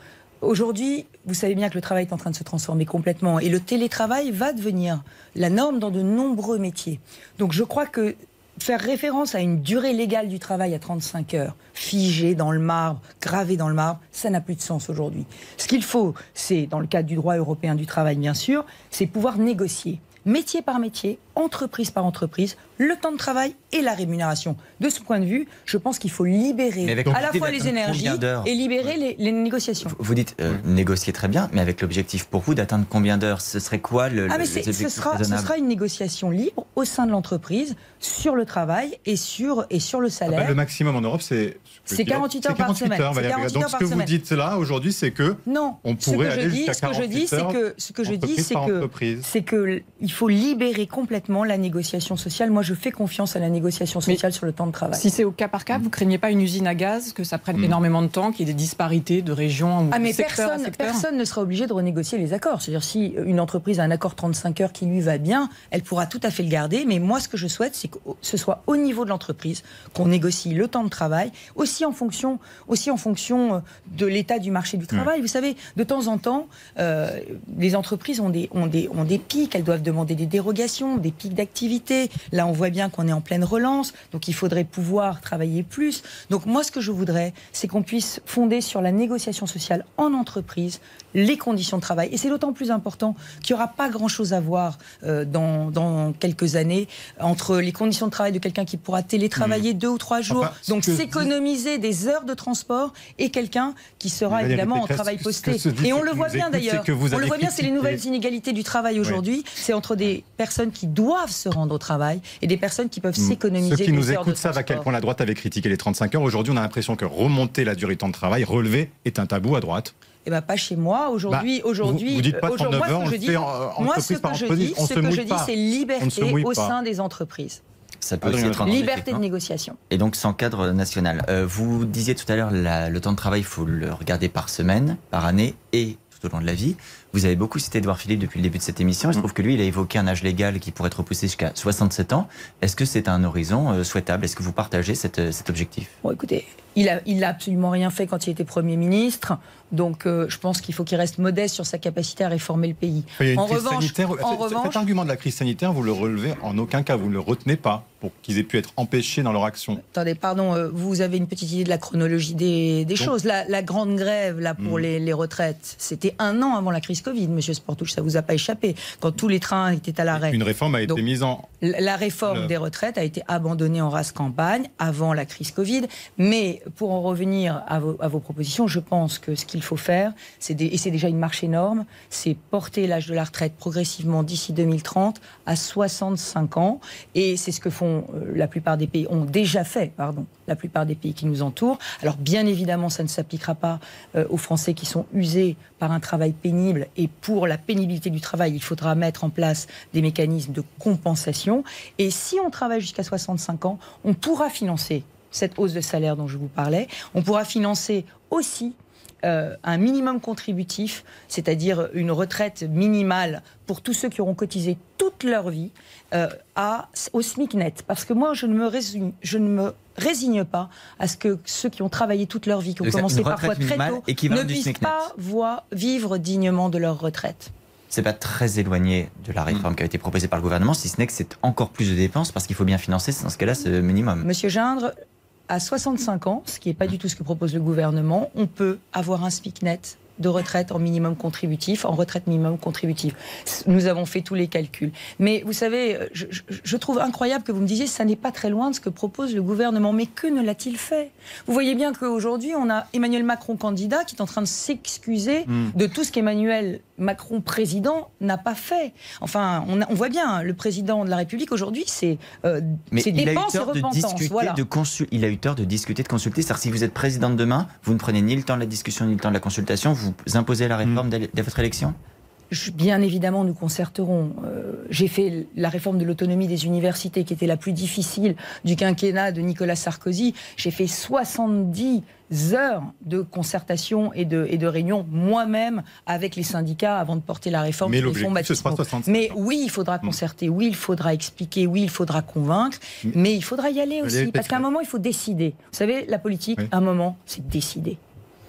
Aujourd'hui, vous savez bien que le travail est en train de se transformer complètement et le télétravail va devenir la norme dans de nombreux métiers. Donc je crois que faire référence à une durée légale du travail à trente-cinq heures, figée dans le marbre, gravée dans le marbre, ça n'a plus de sens aujourd'hui. Ce qu'il faut, c'est, dans le cadre du droit européen du travail bien sûr, c'est pouvoir négocier, métier par métier, entreprise par entreprise, le temps de travail et la rémunération. De ce point de vue, je pense qu'il faut libérer à la fois les énergies et libérer les, les négociations. Vous, vous dites euh, négocier très bien, mais avec l'objectif pour vous d'atteindre combien d'heures? Ce serait quoi le, ah, mais le, ce, sera, ce sera une négociation libre au sein de l'entreprise sur le travail et sur, et sur le salaire. Ah ben, le maximum en Europe, c'est... C'est quarante-huit heures par semaine. Heures, quarante-huit Donc, ce que vous dites là, aujourd'hui, c'est que non, on pourrait aller dis, jusqu'à quarante-huit heures. Ce que je dis, c'est que c'est que il faut libérer complètement la négociation sociale. Moi, je fais confiance à la négociation sociale mais sur le temps de travail. Si c'est au cas par cas, vous craignez pas une usine à gaz, que ça prenne mmh. énormément de temps, qu'il y ait des disparités de région ou ah, de mais secteur personne, à secteur? Personne ne sera obligé de renégocier les accords. C'est-à-dire, si une entreprise a un accord trente-cinq heures qui lui va bien, elle pourra tout à fait le garder. Mais moi, ce que je souhaite, c'est que ce soit au niveau de l'entreprise qu'on négocie le temps de travail, aussi en fonction, aussi en fonction de l'état du marché du travail. Mmh. Vous savez, de temps en temps, euh, les entreprises ont des, ont, des, ont des pics, elles doivent demander des dérogations, des pics d'activité. Là, on voit bien qu'on est en pleine relance, donc il faudrait pouvoir travailler plus. Donc moi, ce que je voudrais, c'est qu'on puisse fonder sur la négociation sociale en entreprise les conditions de travail. Et c'est d'autant plus important qu'il n'y aura pas grand-chose à voir euh, dans, dans quelques années entre les conditions de travail de quelqu'un qui pourra télétravailler mmh. deux ou trois jours, enfin, donc s'économiser dis... des heures de transport, et quelqu'un qui sera Valérie évidemment Pécresse, en travail posté. Dit, et on le voit bien d'ailleurs. On le voit bien, c'est les nouvelles inégalités du travail aujourd'hui. Oui. C'est entre des personnes qui doivent se rendre au travail et des personnes qui peuvent mmh. s'économiser des heures de transport. Ceux qui nous écoutent savent à quel point la droite avait critiqué les trente-cinq heures. Aujourd'hui, on a l'impression que remonter la durée de temps de travail, relever, est un tabou à droite. Eh ben pas chez moi. Aujourd'hui, bah, aujourd'hui, vous, vous dites pas trente-neuf heures, on le fait en moi, ce que je dis, ce que je dis, c'est liberté au sein des entreprises. Ça peut aussi être liberté de négociation. Et donc sans cadre national. Euh, vous disiez tout à l'heure, la, le temps de travail, il faut le regarder par semaine, par année et tout au long de la vie. Vous avez beaucoup cité Édouard Philippe depuis le début de cette émission. Il se trouve que lui, il a évoqué un âge légal qui pourrait être repoussé jusqu'à soixante-sept ans. Est-ce que c'est un horizon euh, souhaitable? Est-ce que vous partagez cette, cet objectif? Bon, écoutez, il a, il a absolument rien fait quand il était Premier ministre. Donc, euh, je pense qu'il faut qu'il reste modeste sur sa capacité à réformer le pays. Il y a une en crise revanche, sanitaire. en cet, revanche, cet argument de la crise sanitaire, vous le relevez en aucun cas. Vous ne le retenez pas pour qu'ils aient pu être empêchés dans leur action. Attendez, pardon, euh, vous avez une petite idée de la chronologie des, des choses. La, la grande grève là pour mmh. les, les retraites, c'était un an avant la crise Covid, Monsieur Sportouche, ça vous a pas échappé, quand tous les trains étaient à l'arrêt. Une réforme a été Donc, mise en... La réforme le... des retraites a été abandonnée en rase campagne avant la crise Covid. Mais pour en revenir à vos, à vos propositions, je pense que ce qu'il faut faire, c'est des, et c'est déjà une marche énorme, c'est porter l'âge de la retraite progressivement d'ici deux mille trente à soixante-cinq ans. Et c'est ce que font euh, la plupart des pays, ont déjà fait, pardon, la plupart des pays qui nous entourent. Alors bien évidemment, ça ne s'appliquera pas euh, aux Français qui sont usés par un travail pénible. Et pour la pénibilité du travail, il faudra mettre en place des mécanismes de compensation. Et si on travaille jusqu'à soixante-cinq ans, on pourra financer cette hausse de salaire dont je vous parlais. On pourra financer aussi Euh, un minimum contributif, c'est-à-dire une retraite minimale pour tous ceux qui auront cotisé toute leur vie euh, à, au SMIC net. Parce que moi, je ne, me résigne, je ne me résigne pas à ce que ceux qui ont travaillé toute leur vie, qui ont Donc commencé parfois très tôt, ne puissent pas voir, vivre dignement de leur retraite. C'est pas très éloigné de la réforme mmh. qui a été proposée par le gouvernement, si ce n'est que c'est encore plus de dépenses parce qu'il faut bien financer, dans ce cas-là, ce minimum. Monsieur Gindre, à soixante-cinq ans, ce qui n'est pas du tout ce que propose le gouvernement, on peut avoir un SMIC net de retraite en minimum contributif, en retraite minimum contributive. Nous avons fait tous les calculs. Mais vous savez, je, je, je trouve incroyable que vous me disiez ça n'est pas très loin de ce que propose le gouvernement. Mais que ne l'a-t-il fait? Vous voyez bien qu'aujourd'hui, on a Emmanuel Macron candidat qui est en train de s'excuser mmh. de tout ce qu'Emmanuel Macron président n'a pas fait. Enfin, on, a, on voit bien, le président de la République aujourd'hui, c'est euh, dépenses et repentance. Voilà. De consul... Il a eu tort de discuter, de consulter. C'est-à-dire si vous êtes président demain, vous ne prenez ni le temps de la discussion ni le temps de la consultation, vous imposez la réforme mmh. dès votre élection? Bien évidemment, nous concerterons. Euh, j'ai fait la réforme de l'autonomie des universités, qui était la plus difficile du quinquennat de Nicolas Sarkozy. J'ai fait soixante-dix heures de concertation et de, et de réunion moi-même avec les syndicats avant de porter la réforme. Mais l'objectif, ce sera soixante-cinq. Mais oui, il faudra concerter, oui, il faudra expliquer, oui, il faudra convaincre, mais il faudra y aller aussi. Parce qu'à un moment, il faut décider. Vous savez, la politique, oui. à un moment, c'est décider.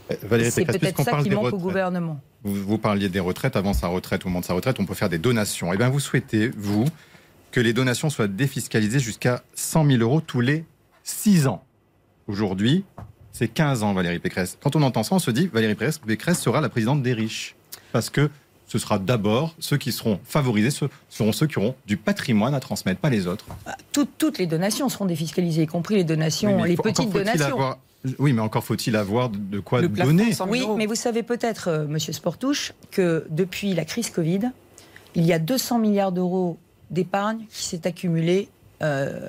Valérie C'est Pécresse, peut-être puisqu'on ça parle qui des manque au retraites. gouvernement. Vous, vous parliez des retraites, avant sa retraite, au moment de sa retraite, on peut faire des donations. Eh bien, vous souhaitez, vous, que les donations soient défiscalisées jusqu'à cent mille euros tous les six ans. Aujourd'hui, c'est quinze ans, Valérie Pécresse. Quand on entend ça, on se dit, Valérie Pécresse sera la présidente des riches. Parce que ce sera d'abord ceux qui seront favorisés, ce seront ceux qui auront du patrimoine à transmettre, pas les autres. Toutes, toutes les donations seront défiscalisées, y compris les donations, Oui, les faut- petites encore faut-il donations. avoir- Oui, mais encore faut-il avoir de quoi Le plafond, donner. cent mille Oui, euros. mais vous savez peut-être, euh, Monsieur Sportouche, que depuis la crise Covid, il y a deux cents milliards d'euros d'épargne qui s'est accumulé euh,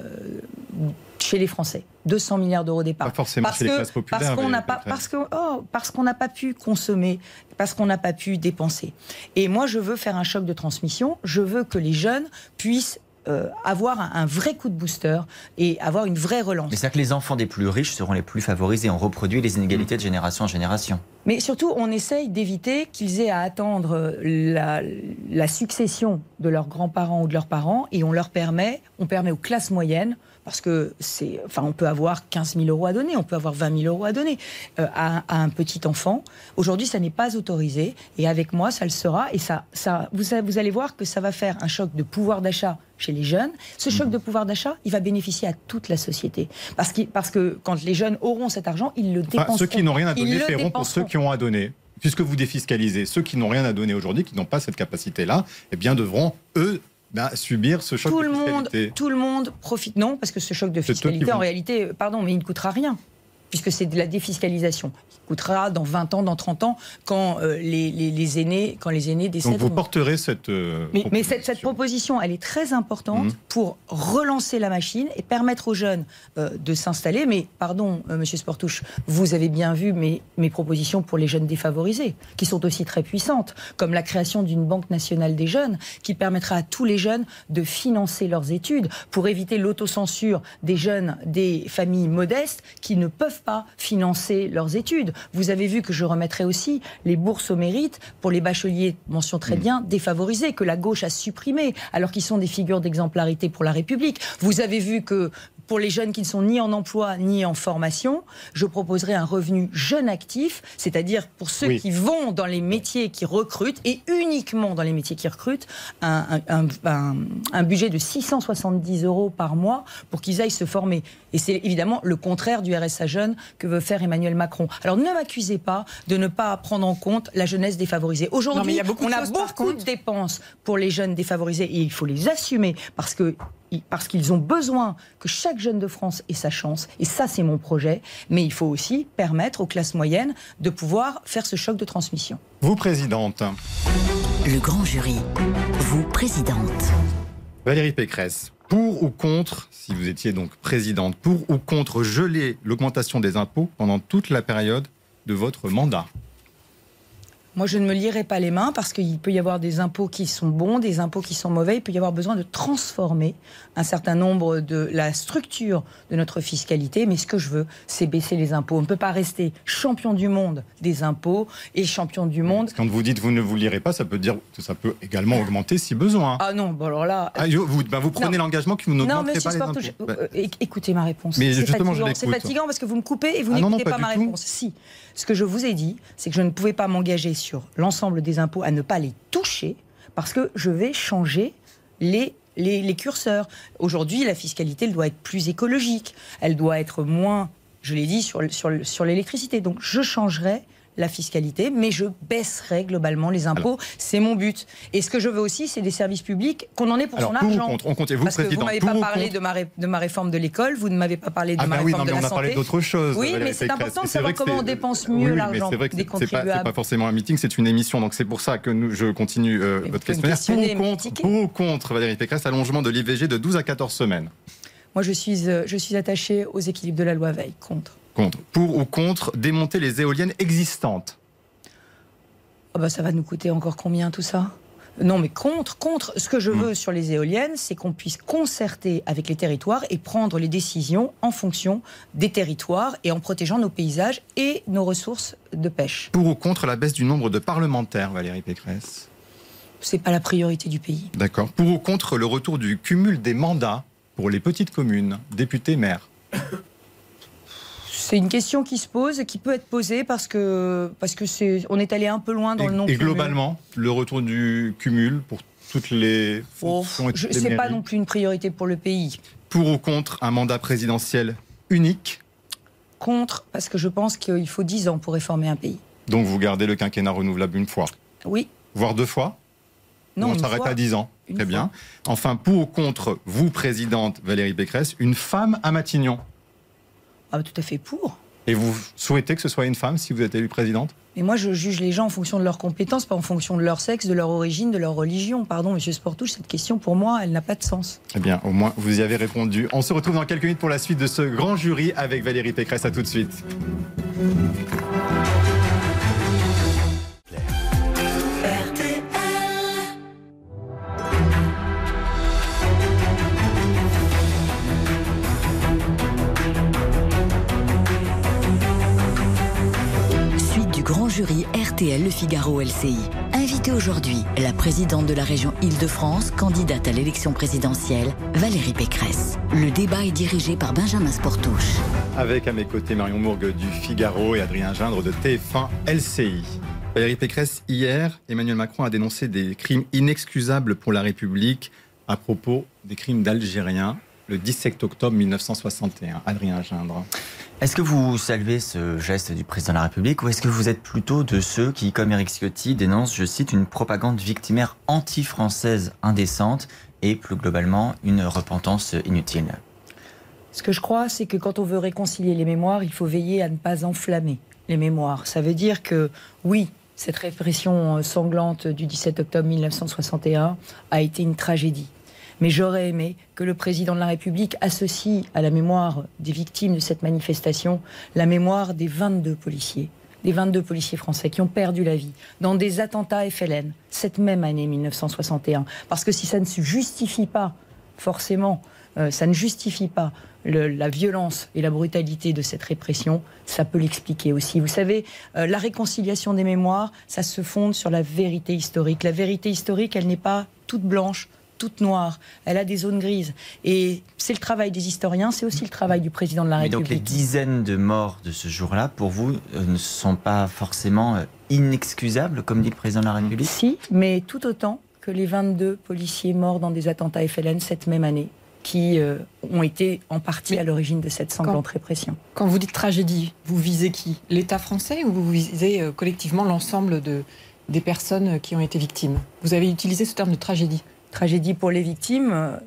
chez les Français. deux cents milliards d'euros d'épargne. Pas forcément parce chez les que- classes populaires, Parce qu'on n'a Valérie pas, Pécresse. parce que, oh, parce qu'on n'a pas pu consommer, parce qu'on n'a pas pu dépenser. Et moi, je veux faire un choc de transmission. Je veux que les jeunes puissent euh, avoir un, un vrai coup de booster et avoir une vraie relance. Mais c'est-à-dire que les enfants des plus riches seront les plus favorisés. On reproduit les inégalités de génération en génération. Mais surtout, on essaye d'éviter qu'ils aient à attendre la, la succession de leurs grands-parents ou de leurs parents, et on leur permet, on permet aux classes moyennes, parce que c'est, enfin, on peut avoir quinze mille euros à donner, on peut avoir vingt mille euros à donner euh, à, à un petit enfant. Aujourd'hui, ça n'est pas autorisé, et avec moi, ça le sera. Et ça, ça, vous, vous allez voir que ça va faire un choc de pouvoir d'achat chez les jeunes. Ce choc de pouvoir d'achat, il va bénéficier à toute la société, parce que, parce que quand les jeunes auront cet argent, ils le Enfin, dépenseront. ceux qui n'ont rien à Ils donner le paieront pour ceux dépenseront. qui ont à donner. Puisque vous défiscalisez ceux qui n'ont rien à donner aujourd'hui, qui n'ont pas cette capacité-là, eh bien devront, eux, ben, subir ce choc tout de le monde, fiscalité. tout le monde profite. Non, parce que ce choc de C'est toi fiscalité, qui en vous- réalité, pardon, mais il ne coûtera rien, puisque c'est de la défiscalisation. Il coûtera dans vingt ans, dans trente ans, quand euh, les, les, les aînés, quand les aînés Donc décéderont. vous porterez cette euh, Mais, mais cette, proposition. cette proposition, elle est très importante Mhm. pour relancer la machine et permettre aux jeunes euh, de s'installer. Mais pardon, euh, Monsieur Sportouche, vous avez bien vu mes, mes propositions pour les jeunes défavorisés, qui sont aussi très puissantes, comme la création d'une banque nationale des jeunes, qui permettra à tous les jeunes de financer leurs études pour éviter l'autocensure des jeunes des familles modestes qui ne peuvent pas financer leurs études. Vous avez vu que je remettrai aussi les bourses au mérite pour les bacheliers, mention très bien, défavorisés, que la gauche a supprimé, alors qu'ils sont des figures d'exemplarité pour la République. Vous avez vu que pour les jeunes qui ne sont ni en emploi ni en formation, je proposerai un revenu jeune actif, c'est-à-dire pour ceux Oui. qui vont dans les métiers qui recrutent, et uniquement dans les métiers qui recrutent, un, un, un, un budget de six cent soixante-dix euros par mois pour qu'ils aillent se former. Et c'est évidemment le contraire du R S A jeune que veut faire Emmanuel Macron. Alors ne m'accusez pas de ne pas prendre en compte la jeunesse défavorisée. Non, mais il Aujourd'hui, y a beaucoup on de a choses, par beaucoup de contre. dépenses pour les jeunes défavorisés et il faut les assumer parce que parce qu'ils ont besoin que chaque jeune de France ait sa chance. Et ça, c'est mon projet. Mais il faut aussi permettre aux classes moyennes de pouvoir faire ce choc de transmission. Vous, présidente, Le grand jury. Vous, présidente. Valérie Pécresse, pour ou contre, si vous étiez donc présidente, pour ou contre geler l'augmentation des impôts pendant toute la période de votre mandat? Moi, je ne me lierai pas les mains parce qu'il peut y avoir des impôts qui sont bons, des impôts qui sont mauvais. Il peut y avoir besoin de transformer un certain nombre de la structure de notre fiscalité. Mais ce que je veux, c'est baisser les impôts. On ne peut pas rester champion du monde des impôts et champion du monde. Quand vous dites vous ne vous lirez pas, ça peut dire que ça peut également augmenter si besoin. Ah non, bon alors là... Ah, vous, ben vous prenez Non. l'engagement que vous Non, n'augmenterez monsieur pas les impôts. Sportouche, Ben, euh, éc- écoutez ma réponse. Mais C'est justement, je fatigant, C'est l'écoute. fatigant parce que vous me coupez et vous Ah non, non, n'écoutez pas pas, du ma tout. réponse. Si. Ce que je vous ai dit, c'est que je ne pouvais pas m'engager sur l'ensemble des impôts à ne pas les toucher parce que je vais changer les, les, les curseurs. Aujourd'hui, la fiscalité, elle doit être plus écologique. Elle doit être moins, je l'ai dit, sur, sur, sur l'électricité. Donc, je changerai la fiscalité, mais je baisserai globalement les impôts. C'est mon but. Et ce que je veux aussi, c'est des services publics, qu'on en ait pour Alors, son pour ou argent. contre, on compte. Et vous, Parce que vous président, ne m'avez pour pas ou parlé contre de ma, ré- de ma réforme de l'école, vous ne m'avez pas parlé de Ah ma ben oui, réforme non, mais de on la a parlé santé. d'autre chose. Oui, Valérie mais c'est Pécresse. important de Et c'est vrai savoir que comment c'est- on dépense Oui, mieux oui, l'argent mais c'est vrai que des c'est- c'est pas, c'est contribuables. pas forcément un meeting, c'est une émission. Donc c'est pour ça que nous, je continue euh, Mais votre vous pouvez me questionnaire. Pour questionner, ou, me contre, critiquer. pour ou contre, Valérie Pécresse, allongement de l'I V G de douze à quatorze semaines? Moi, je suis, euh, je suis attachée aux équilibres de la loi Veil. Contre. Contre. Pour ou contre, démonter les éoliennes existantes? Oh bah, ça va nous coûter encore combien tout ça? Non, mais contre, contre. Ce que je Mmh. veux sur les éoliennes, c'est qu'on puisse concerter avec les territoires et prendre les décisions en fonction des territoires et en protégeant nos paysages et nos ressources de pêche. Pour ou contre la baisse du nombre de parlementaires, Valérie Pécresse? C'est pas la priorité du pays. D'accord. Pour ou contre le retour du cumul des mandats pour les petites communes, députés, maires? C'est une question qui se pose et qui peut être posée parce que parce que c'est on est allé un peu loin dans et, le non. Et globalement, le retour du cumul pour toutes les fonctions. Ce n'est pas non plus une priorité pour le pays. Pour ou contre un mandat présidentiel unique? Contre, parce que je pense qu'il faut dix ans pour réformer un pays. Donc vous gardez le quinquennat renouvelable une fois? Oui. Voire deux fois? Non, on s'arrête à dix ans. Une Très fois. bien. Enfin, pour ou contre, vous, présidente Valérie Pécresse, une femme à Matignon? Ah, tout à fait pour. Et vous souhaitez que ce soit une femme si vous êtes élue présidente? Mais moi, je juge les gens en fonction de leurs compétences, pas en fonction de leur sexe, de leur origine, de leur religion. Pardon, monsieur Sportouche, cette question, pour moi, elle n'a pas de sens. Eh bien, au moins, vous y avez répondu. On se retrouve dans quelques minutes pour la suite de ce grand jury avec Valérie Pécresse. À tout de suite. Grand jury R T L Le Figaro L C I. Invitée aujourd'hui, la présidente de la région Île-de-France, candidate à l'élection présidentielle, Valérie Pécresse. Le débat est dirigé par Benjamin Sportouche. Avec à mes côtés Marion Mourgue du Figaro et Adrien Gindre de T F un L C I. Valérie Pécresse, hier, Emmanuel Macron a dénoncé des crimes inexcusables pour la République à propos des crimes d'Algériens le dix-sept octobre mille neuf cent soixante et un. Adrien Gindre. Est-ce que vous saluez ce geste du président de la République ou est-ce que vous êtes plutôt de ceux qui, comme Éric Ciotti, dénoncent, je cite, une propagande victimaire anti-française indécente et, plus globalement, une repentance inutile? Ce que je crois, c'est que quand on veut réconcilier les mémoires, il faut veiller à ne pas enflammer les mémoires. Ça veut dire que, oui, cette répression sanglante du dix-sept octobre mille neuf cent soixante et un a été une tragédie. Mais j'aurais aimé que le président de la République associe à la mémoire des victimes de cette manifestation la mémoire des vingt-deux policiers, des vingt-deux policiers français qui ont perdu la vie dans des attentats F L N cette même année mille neuf cent soixante et un. Parce que si ça ne se justifie pas, forcément, euh, ça ne justifie pas le, la violence et la brutalité de cette répression, ça peut l'expliquer aussi. Vous savez, euh, la réconciliation des mémoires, ça se fonde sur la vérité historique. La vérité historique, elle n'est pas toute blanche, toute noire, elle a des zones grises. Et c'est le travail des historiens, c'est aussi le travail du président de la Mais République. donc les dizaines de morts de ce jour-là, pour vous, euh, ne sont pas forcément euh, inexcusables, comme dit le président de la République? Si, mais tout autant que les vingt-deux policiers morts dans des attentats F L N cette même année, qui euh, ont été en partie à l'origine de cette sanglante répression. Quand vous dites tragédie, vous visez qui? L'État français ou vous visez euh, collectivement l'ensemble de, des personnes qui ont été victimes? Vous avez utilisé ce terme de tragédie. Tragédie pour les victimes, euh,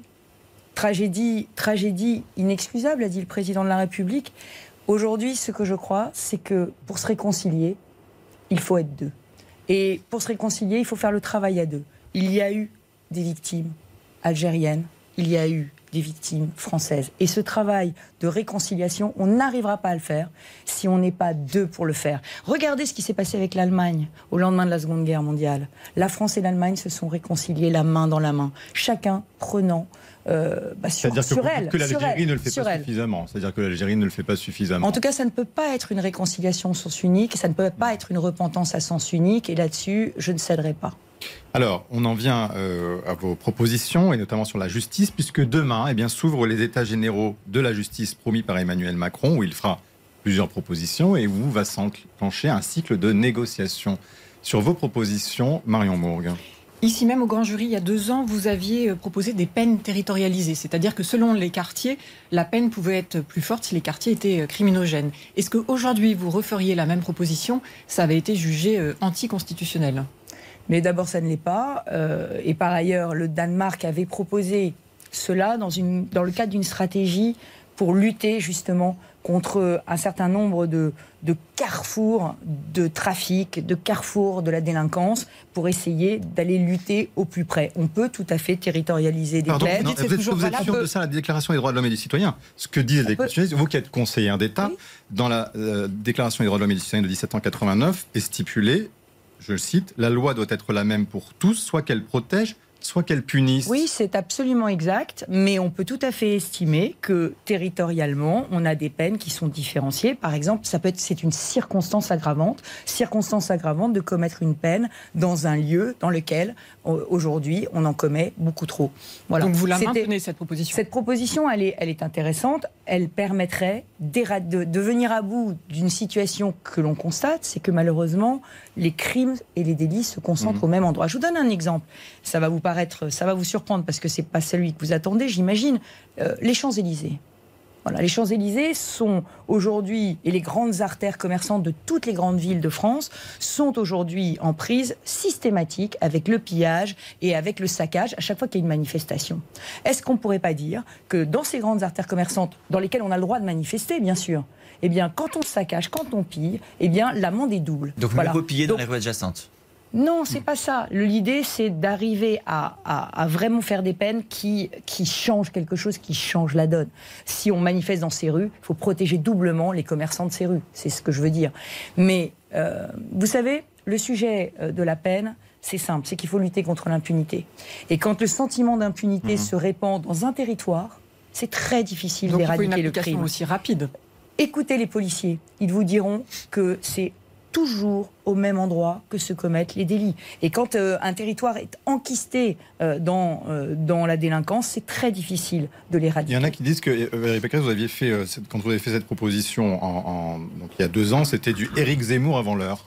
tragédie, tragédie inexcusable, a dit le président de la République. Aujourd'hui, ce que je crois, c'est que pour se réconcilier, il faut être deux. Et pour se réconcilier, il faut faire le travail à deux. Il y a eu des victimes algériennes, il y a eu des victimes françaises. Et ce travail de réconciliation, on n'arrivera pas à le faire si on n'est pas deux pour le faire. Regardez ce qui s'est passé avec l'Allemagne au lendemain de la Seconde Guerre mondiale. La France et l'Allemagne se sont réconciliés la main dans la main, chacun prenant euh, bah, sur, C'est-à-dire sur que, elle. que l'Algérie ne le fait sur pas elle. suffisamment. C'est-à-dire que l'Algérie ne le fait pas suffisamment. En tout cas, ça ne peut pas être une réconciliation à sens unique, ça ne peut pas être une repentance à sens unique, et là-dessus, je ne céderai pas. Alors, on en vient euh, à vos propositions, et notamment sur la justice, puisque demain eh bien, s'ouvrent les états généraux de la justice promis par Emmanuel Macron, où il fera plusieurs propositions, et où va s'enclencher un cycle de négociations. Sur vos propositions, Marion Mourgue. Ici même au Grand Jury, il y a deux ans, vous aviez proposé des peines territorialisées, c'est-à-dire que selon les quartiers, la peine pouvait être plus forte si les quartiers étaient criminogènes. Est-ce qu'aujourd'hui, vous referiez la même proposition? Ça avait été jugé anticonstitutionnel. Mais d'abord, ça ne l'est pas. Euh, et par ailleurs, le Danemark avait proposé cela dans, une, dans le cadre d'une stratégie pour lutter justement contre un certain nombre de, de carrefours de trafic, de carrefours de la délinquance, pour essayer d'aller lutter au plus près. On peut tout à fait territorialiser des Pardon, peines. non, vous êtes, vous êtes sûr de ça, la Déclaration des droits de l'homme et du citoyen? Ce que disent les constitutionnalistes, vous qui êtes conseiller d'État, oui. Dans la euh, Déclaration des droits de l'homme et du citoyen de dix-sept cent quatre-vingt-neuf est stipulé, je cite, « La loi doit être la même pour tous, soit qu'elle protège soit qu'elle punisse. Oui, c'est absolument exact, mais on peut tout à fait estimer que territorialement, on a des peines qui sont différenciées. Par exemple, ça peut être, c'est une circonstance aggravante, circonstance aggravante de commettre une peine dans un lieu dans lequel, aujourd'hui, on en commet beaucoup trop. Voilà. Donc vous la C'était, maintenez, cette proposition ? Cette proposition, elle est, elle est intéressante. Elle permettrait de, de venir à bout d'une situation que l'on constate, c'est que malheureusement, les crimes et les délits se concentrent mmh. au même endroit. Je vous donne un exemple. Ça va vous paraître, ça va vous surprendre parce que c'est pas celui que vous attendez, j'imagine. Euh, les Champs-Élysées. Voilà, les Champs-Élysées sont aujourd'hui, et les grandes artères commerçantes de toutes les grandes villes de France sont aujourd'hui en prise systématique avec le pillage et avec le saccage à chaque fois qu'il y a une manifestation. Est-ce qu'on ne pourrait pas dire que dans ces grandes artères commerçantes, dans lesquelles on a le droit de manifester, bien sûr, eh bien, quand on saccage, quand on pille, eh bien, l'amende est double. Donc, voilà. vous piller dans Donc, les rues adjacentes ? Non, c'est pas ça. L'idée, c'est d'arriver à, à, à vraiment faire des peines qui, qui changent quelque chose, qui changent la donne. Si on manifeste dans ces rues, il faut protéger doublement les commerçants de ces rues. C'est ce que je veux dire. Mais, euh, vous savez, le sujet de la peine, c'est simple, c'est qu'il faut lutter contre l'impunité. Et quand le sentiment d'impunité mmh. se répand dans un territoire, c'est très difficile Donc d'éradiquer il faut une le application crime. Aussi rapide. Écoutez les policiers, ils vous diront que c'est toujours au même endroit que se commettent les délits. Et quand euh, un territoire est enquisté euh, dans, euh, dans la délinquance, c'est très difficile de l'éradiquer. Il y en a qui disent que, euh, Valérie Pécresse, vous aviez fait, euh, cette, quand vous avez fait cette proposition en, en, donc, il y a deux ans, c'était du Éric Zemmour avant l'heure.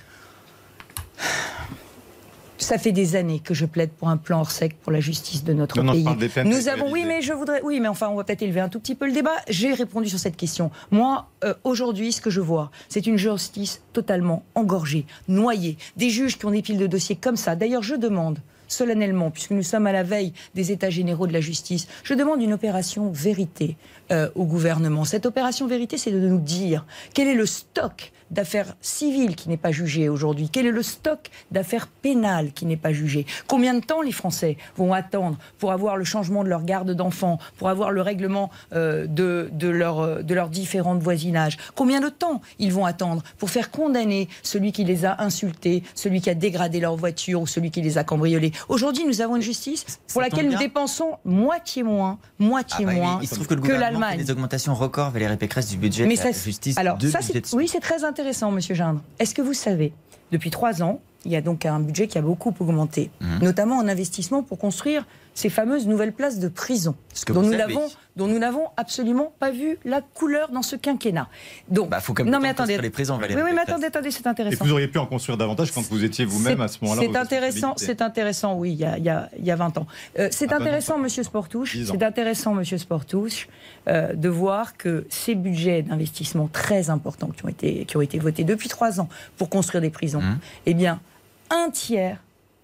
Ça fait des années que je plaide pour un plan hors sec pour la justice de notre non, pays. Non, je parle des peines Nous avons, oui, mais je voudrais, oui, mais enfin, on va peut-être élever un tout petit peu le débat. J'ai répondu sur cette question. Moi, euh, aujourd'hui, ce que je vois, c'est une justice totalement engorgée, noyée, des juges qui ont des piles de dossiers comme ça. D'ailleurs, je demande solennellement, puisque nous sommes à la veille des états généraux de la justice, je demande une opération vérité euh, au gouvernement. Cette opération vérité, c'est de nous dire quel est le stock d'affaires civiles qui n'est pas jugé aujourd'hui, quel est le stock d'affaires pénales qui n'est pas jugé, combien de temps les Français vont attendre pour avoir le changement de leur garde d'enfants, pour avoir le règlement euh, de, de, leur, de leurs différents voisinages, combien de temps ils vont attendre pour faire condamner celui qui les a insultés, celui qui a dégradé leur voiture ou celui qui les a cambriolés. Aujourd'hui, nous avons une justice pour ça laquelle nous dépensons moitié moins, moitié ah bah, moins il se trouve que, le que l'Allemagne. Fait des augmentations records, Valérie Pécresse, du budget Mais de ça, la justice. alors, de ça, budget c'est, oui, c'est très intéressant, Monsieur Gindre. Est-ce que vous savez, depuis trois ans, il y a donc un budget qui a beaucoup augmenté, mmh. notamment en investissement pour construire ces fameuses nouvelles places de prison, dont nous, n'avons, dont nous n'avons absolument pas vu la couleur dans ce quinquennat. Donc, bah, faut quand même non mais attendez, les prisons, Valérie oui, oui, mais attendez, attendez, c'est intéressant. Et vous auriez pu en construire davantage quand vous étiez vous-même à ce moment-là. C'est intéressant, c'est intéressant, oui, il y a, il y a, il y a vingt ans. Euh, c'est ah intéressant, ben non, Monsieur Sportouche, c'est intéressant, Monsieur Sportouche, euh, de voir que ces budgets d'investissement très importants qui ont été, qui ont été votés depuis trois ans pour construire des prisons, mmh. eh bien, un tiers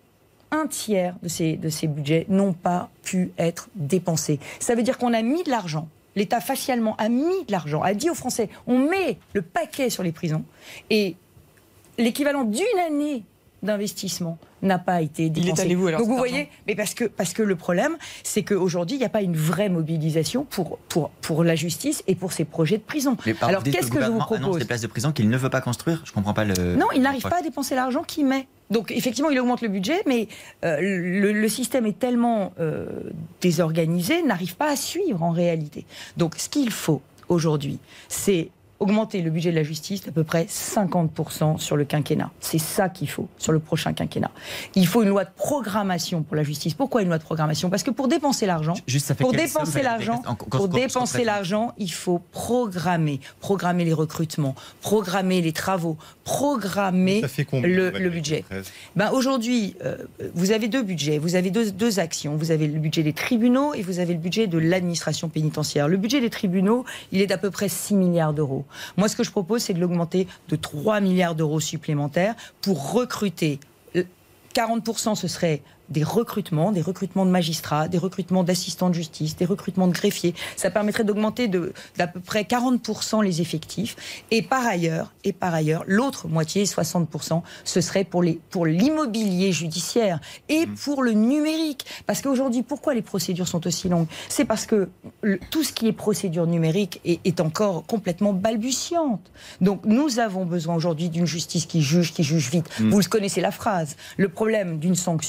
un tiers de ces, de ces budgets n'ont pas pu être dépensés. Ça veut dire qu'on a mis de l'argent, l'État facialement a mis de l'argent, a dit aux Français, on met le paquet sur les prisons, et l'équivalent d'une année d'investissement n'a pas été dépensé. Il est allé où alors? Donc vous voyez, mais parce que, parce que le problème, c'est qu'aujourd'hui, il n'y a pas une vraie mobilisation pour, pour, pour la justice et pour ces projets de prison. Mais par alors qu'est-ce que, que je vous propose? Des places de prison qu'il ne veut pas construire. Je ne comprends pas le. Non, il n'arrive pas à dépenser l'argent qu'il met. Donc effectivement, il augmente le budget, mais euh, le, le système est tellement euh, désorganisé, n'arrive pas à suivre en réalité. Donc ce qu'il faut aujourd'hui, c'est augmenter le budget de la justice d'à peu près cinquante pour cent sur le quinquennat. C'est ça qu'il faut sur le prochain quinquennat. Il faut une loi de programmation pour la justice. Pourquoi une loi de programmation? Parce que pour dépenser l'argent, Juste, ça fait pour dépenser l'argent, en, pour dépenser l'argent, il faut programmer, programmer les recrutements, programmer les travaux, programmer le, le budget. Ben aujourd'hui, euh, vous avez deux budgets, vous avez deux, deux actions. Vous avez le budget des tribunaux et vous avez le budget de l'administration pénitentiaire. Le budget des tribunaux, il est d'à peu près six milliards d'euros. Moi, ce que je propose, c'est de l'augmenter de trois milliards d'euros supplémentaires pour recruter. quarante pour cent, ce serait des recrutements, des recrutements de magistrats, des recrutements d'assistants de justice, des recrutements de greffiers. Ça permettrait d'augmenter de, d'à peu près quarante pour cent les effectifs. Et par ailleurs, et par ailleurs, l'autre moitié, soixante pour cent, ce serait pour, les, pour l'immobilier judiciaire et mmh. pour le numérique. Parce qu'aujourd'hui, pourquoi les procédures sont aussi longues? C'est parce que le, tout ce qui est procédure numérique est, est encore complètement balbutiante. Donc nous avons besoin aujourd'hui d'une justice qui juge, qui juge vite. Mmh. Vous connaissez la phrase. Le problème d'une sanction,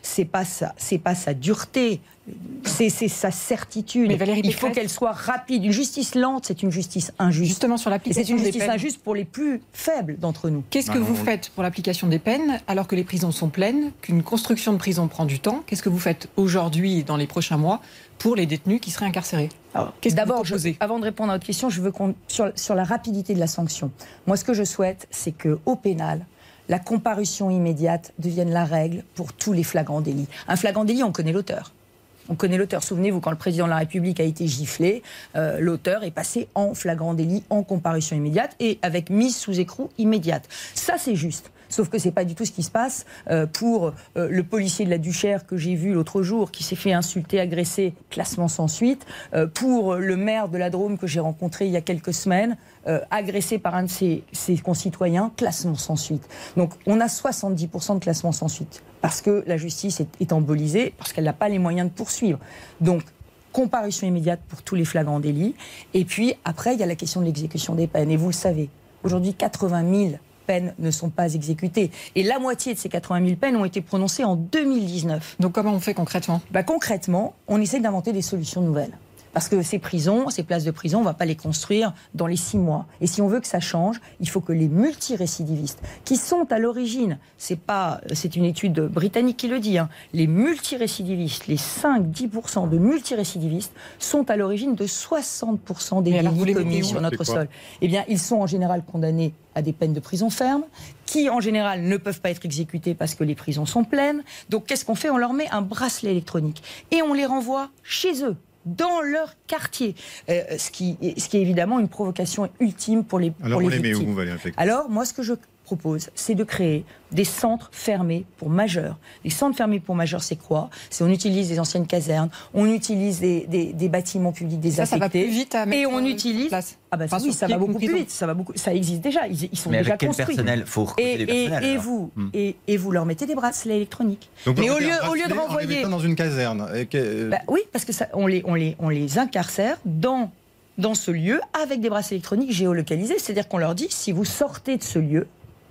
c'est pas ça, c'est pas sa dureté. C'est, c'est sa certitude. Mais Valérie Il faut Pécresse... qu'elle soit rapide. Une justice lente, c'est une justice injuste. Justement, sur l'application Et c'est une des justice peines. injuste pour les plus faibles d'entre nous. Qu'est-ce que Non, vous non, faites pour l'application des peines alors que les prisons sont pleines, qu'une construction de prison prend du temps? Qu'est-ce que vous faites aujourd'hui et dans les prochains mois pour les détenus qui seraient incarcérés? Alors, Qu'est-ce que d'abord, vous je, proposez? avant de répondre à votre question, je veux qu'on sur, sur la rapidité de la sanction. Moi, ce que je souhaite, c'est que au pénal, la comparution immédiate devienne la règle pour tous les flagrants délits. Un flagrant délit, on connaît l'auteur. On connaît l'auteur. Souvenez-vous, quand le président de la République a été giflé, euh, l'auteur est passé en flagrant délit, en comparution immédiate et avec mise sous écrou immédiate. Ça, c'est juste. Sauf que c'est pas du tout ce qui se passe euh, pour euh, le policier de la Duchère que j'ai vu l'autre jour, qui s'est fait insulter, agresser, classement sans suite. Euh, pour le maire de la Drôme que j'ai rencontré il y a quelques semaines, euh, agressé par un de ses, ses concitoyens, classement sans suite. Donc on a soixante-dix pour cent de classement sans suite parce que la justice est, est embolisée, parce qu'elle n'a pas les moyens de poursuivre. Donc comparution immédiate pour tous les flagrants délits. Et puis après, il y a la question de l'exécution des peines. Et vous le savez, aujourd'hui, quatre-vingt mille peines ne sont pas exécutées. Et la moitié de ces quatre-vingt mille peines ont été prononcées en deux mille dix-neuf. Donc comment on fait concrètement? Bah, concrètement, on essaie d'inventer des solutions nouvelles. Parce que ces prisons, ces places de prison, on ne va pas les construire dans les six mois. Et si on veut que ça change, il faut que les multirécidivistes, qui sont à l'origine, c'est pas, c'est une étude britannique qui le dit, hein, les multirécidivistes, les cinq à dix pour cent de multirécidivistes sont à l'origine de soixante pour cent des Mais alors, délits vous les commis mettez où? sur notre C'est quoi? sol. Eh bien, ils sont en général condamnés à des peines de prison ferme, qui en général ne peuvent pas être exécutées parce que les prisons sont pleines. Donc qu'est-ce qu'on fait? On leur met un bracelet électronique et on les renvoie chez eux, dans leur quartier. Euh, ce, qui, ce qui est évidemment une provocation ultime pour les, Alors, pour on les les met victimes. où, Valérie Pécresse? Alors, moi, ce que je propose, c'est de créer des centres fermés pour majeurs. Les centres fermés pour majeurs, c'est quoi? C'est on utilise des anciennes casernes, on utilise des, des, des bâtiments publics désaffectés. Ça, ça va plus vite à mettre et on en utilise... place. Ah bah Enfin, oui, sur ça pied, va une beaucoup plus prison. vite. Ça, va beaucoup, ça existe déjà. Ils, ils sont Mais déjà avec quel construits. personnel? Faut recruter Et, des et, personnels. et alors. vous, Hmm. et, et vous leur mettez des bracelets électroniques. Donc, Mais vous au mettez lieu, un au lieu de bracelet en les renvoyer... mettant dans une caserne. Et que- Bah oui, parce que ça, on, les, on, les, on les incarcère dans, dans ce lieu avec des bracelets électroniques géolocalisés. C'est-à-dire qu'on leur dit, si vous sortez de ce lieu,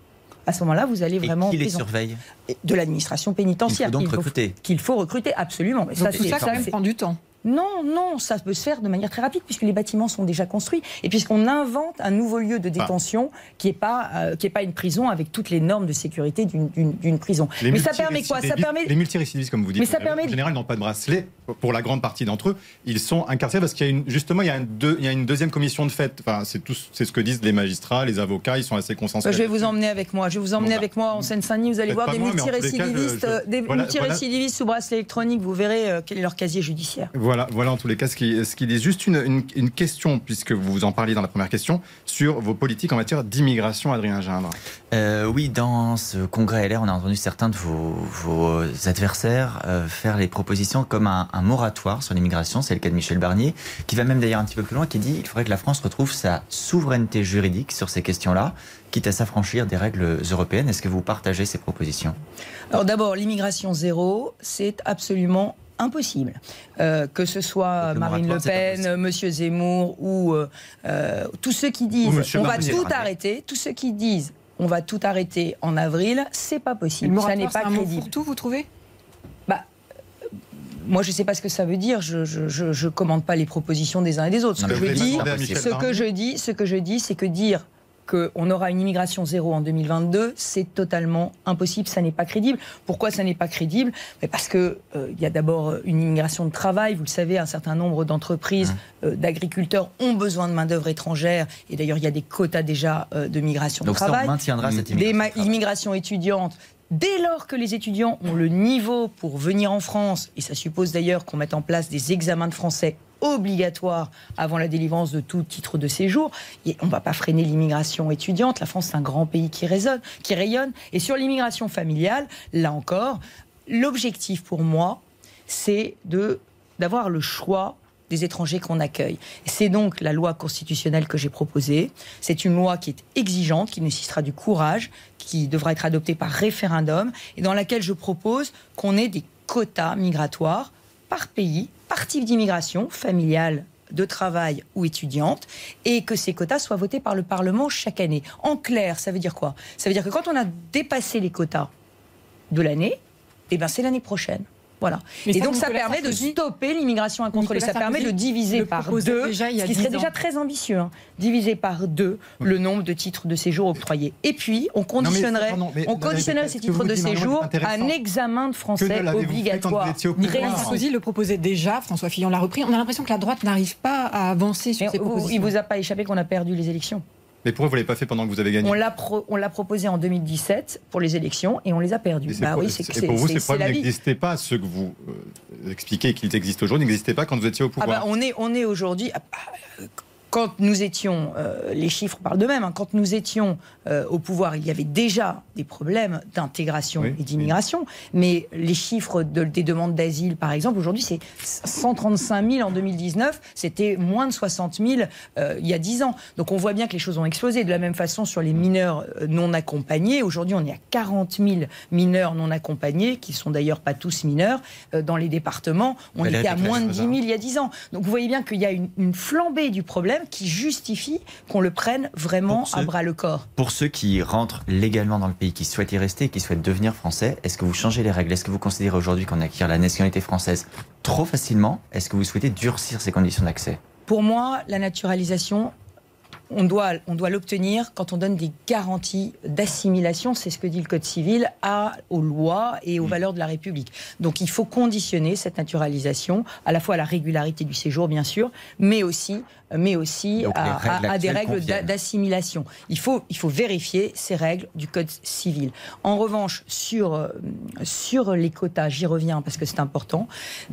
à ce moment-là, vous allez Et vraiment... qui les prison. surveille? De l'administration pénitentiaire. Il faut donc qu'il recruter. Qu'il faut recruter, absolument. Mais Donc ça, tout c'est- ça, quand même, c'est- prend du temps. Non, non, ça peut se faire de manière très rapide puisque les bâtiments sont déjà construits et puisqu'on invente un nouveau lieu de détention qui n'est pas, euh, qui est pas une prison avec toutes les normes de sécurité d'une, d'une, d'une prison. Les Mais ça permet quoi? Ça multirécidivistes- permet... Les multirécidivistes, comme vous dites, Mais ça euh, permet- en général, n'ont pas de bracelet. Pour la grande partie d'entre eux, ils sont incarcérés parce qu'il y a une, justement, il y a, un deux- il y a une deuxième commission de fait. Enfin, c'est, tout, c'est ce que disent les magistrats, les avocats, ils sont assez consensuels. Je vais vous emmener avec moi. Je vais vous emmener Bon, bah, avec moi en Seine-Saint-Denis. Vous allez faites voir pas des moi, mais en tous les cas, multirécidivistes, je- je- euh, des voilà- multirécidivistes sous bracelet électronique. Vous verrez euh, quel est leur casier judiciaire. Voilà, voilà en tous les cas ce qui, ce qui dit. Juste une, une, une question, puisque vous en parliez dans la première question, sur vos politiques en matière d'immigration, Adrien Gindre. Euh, oui, dans ce congrès L R, on a entendu certains de vos, vos adversaires euh, faire les propositions comme un, un moratoire sur l'immigration. C'est le cas de Michel Barnier, qui va même d'ailleurs un petit peu plus loin, qui dit qu'il faudrait que la France retrouve sa souveraineté juridique sur ces questions-là, quitte à s'affranchir des règles européennes. Est-ce que vous partagez ces propositions? Alors d'abord, l'immigration zéro, c'est absolument impossible. Euh, que ce soit Donc, le Marine Le moratoire, c'est Pen, impossible. Monsieur Zemmour ou euh, euh, tous ceux qui disent Ou Monsieur on Barnier. va tout arrêter, tous ceux qui disent on va tout arrêter en avril, c'est pas Le possible. Ça n'est moratoire, c'est pas un mot crédible. pour tout, vous trouvez? Bah, euh, moi, je ne sais pas ce que ça veut dire. Je je, je, je commande pas les propositions des uns et des autres. Ce Non, que mais je vous dis, demandez à Michel ce que Barnier. je dis, ce que je dis, c'est que dire qu'on aura une immigration zéro en deux mille vingt-deux, c'est totalement impossible, ça n'est pas crédible. Pourquoi ça n'est pas crédible? Mais parce qu'il euh, y a d'abord une immigration de travail, vous le savez, un certain nombre d'entreprises, Mmh. euh, d'agriculteurs ont besoin de main-d'œuvre étrangère, et d'ailleurs il y a des quotas déjà euh, de migration Donc de ça, travail. on maintiendra cette Des immigration. ma- immigrations étudiantes. Dès lors que les étudiants ont le niveau pour venir en France, et ça suppose d'ailleurs qu'on mette en place des examens de français obligatoires avant la délivrance de tout titre de séjour, et on ne va pas freiner l'immigration étudiante. La France, c'est un grand pays qui résonne, qui rayonne. Et sur l'immigration familiale, là encore, l'objectif pour moi, c'est de, d'avoir le choix des étrangers qu'on accueille. Et c'est donc la loi constitutionnelle que j'ai proposée. C'est une loi qui est exigeante, qui nécessitera du courage, qui devra être adoptée par référendum, et dans laquelle je propose qu'on ait des quotas migratoires par pays, par type d'immigration, familiale, de travail ou étudiante, et que ces quotas soient votés par le Parlement chaque année. En clair, ça veut dire quoi? Ça veut dire que quand on a dépassé les quotas de l'année, eh ben, c'est l'année prochaine. Voilà. Mais et ça, donc ça Nicolas permet Sarkozy, de stopper l'immigration incontrôlée. Nicolas Ça permet Sarkozy de diviser par deux, déjà, il y a ce qui serait dix ans. déjà très ambitieux, hein, diviser par deux le nombre de titres de séjour octroyés. Et puis on conditionnerait, non, mais, pardon, mais, on conditionnerait ces titres de séjour à un examen de français obligatoire. Nicolas Sarkozy le proposait déjà, François Fillon l'a repris. On a l'impression que la droite n'arrive pas à avancer sur Mais ces vous, propositions. il ne vous a pas échappé qu'on a perdu les élections. Mais pourquoi vous ne l'avez pas fait pendant que vous avez gagné? On l'a, pro, on l'a proposé en deux mille dix-sept pour les élections et on les a perdus. Bah pour, oui, c'est, et pour vous, ces problèmes n'existaient pas. Ceux que vous euh, expliquez qu'ils existent aujourd'hui n'existaient pas quand vous étiez au pouvoir. Ah bah, on est, on est aujourd'hui... Quand nous étions, euh, les chiffres parlent d'eux-mêmes, hein, quand nous étions euh, au pouvoir, il y avait déjà des problèmes d'intégration oui, et d'immigration, oui. mais les chiffres de, des demandes d'asile, par exemple, aujourd'hui, c'est cent trente-cinq mille en deux mille dix-neuf, c'était moins de soixante mille euh, il y a dix ans. Donc on voit bien que les choses ont explosé. De la même façon, sur les mineurs non accompagnés, aujourd'hui, on est à quarante mille mineurs non accompagnés, qui sont d'ailleurs pas tous mineurs, euh, dans les départements. On Valérie était à moins de dix mille il y a dix ans. Donc vous voyez bien qu'il y a une, une flambée du problème qui justifie qu'on le prenne vraiment ceux, à bras-le-corps. Pour ceux qui rentrent légalement dans le pays, qui souhaitent y rester, qui souhaitent devenir français, est-ce que vous changez les règles? Est-ce que vous considérez aujourd'hui qu'on acquiert la nationalité française trop facilement? Est-ce que vous souhaitez durcir ces conditions d'accès? Pour moi, la naturalisation, on doit, on doit l'obtenir quand on donne des garanties d'assimilation, c'est ce que dit le Code civil, à, aux lois et aux mmh. valeurs de la République. Donc il faut conditionner cette naturalisation à la fois à la régularité du séjour, bien sûr, mais aussi, mais aussi à, à, à des règles d'a, d'assimilation. Il faut, il faut vérifier ces règles du Code civil. En revanche, sur, euh, sur les quotas, j'y reviens parce que c'est important,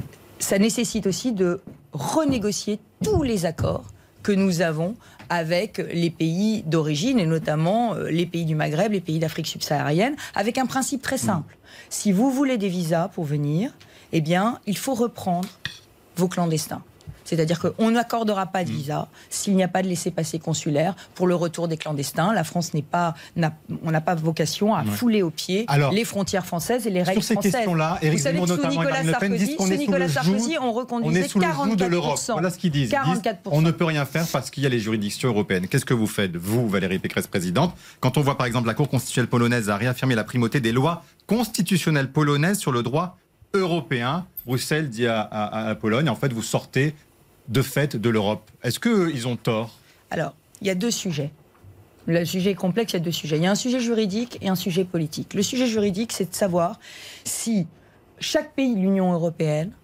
ça nécessite aussi de renégocier tous les accords que nous avons avec les pays d'origine, et notamment les pays du Maghreb, les pays d'Afrique subsaharienne, avec un principe très simple. Mmh. Si vous voulez des visas pour venir, eh bien, il faut reprendre vos clandestins. C'est-à-dire qu'on n'accordera pas de visa s'il n'y a pas de laissez-passer consulaire pour le retour des clandestins. La France n'est pas, n'a, on n'a pas vocation à ouais. fouler aux pieds Alors, les frontières françaises et les règles sur ces françaises. Questions-là, Éric Vous savez que sous Nicolas Sarkozy, sous Nicolas Sarkozy, on reconduisait quarante-quatre pour cent. Voilà ce qu'ils disent. quarante-quatre pour cent. On ne peut rien faire parce qu'il y a les juridictions européennes. Qu'est-ce que vous faites, vous, Valérie Pécresse, présidente, quand on voit par exemple la Cour constitutionnelle polonaise a réaffirmé la primauté des lois constitutionnelles polonaises sur le droit européen? Bruxelles dit à, à, à la Pologne, en fait, vous sortez de fait de l'Europe. Est-ce qu'ils ont tort? Alors, il y a deux sujets. Le sujet est complexe, il y a deux sujets. Il y a un sujet juridique et un sujet politique. Le sujet juridique, c'est de savoir si chaque pays de l'Union européenne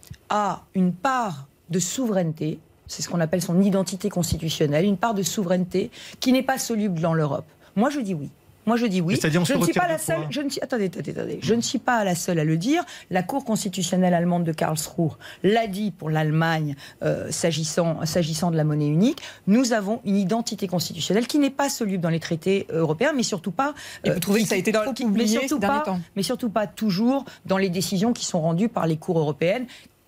a une part de souveraineté, c'est ce qu'on appelle son identité constitutionnelle, une part de souveraineté qui n'est pas soluble dans l'Europe. Moi, je dis oui. Moi, je dis oui. C'est-à-dire, on je se ne suis pas la seule. Je ne suis, attendez, attendez, attendez. Je ne suis pas la seule à le dire. La Cour constitutionnelle allemande de Karlsruhe l'a dit pour l'Allemagne, euh, s'agissant, s'agissant de la monnaie unique. Nous avons une identité constitutionnelle qui n'est pas soluble dans les traités européens, mais surtout pas. Et vous trouvez qui, que ça a été trop qui, oublié mais surtout ces derniers pas, temps. Mais surtout pas toujours dans les décisions qui sont rendues par les cours européennes.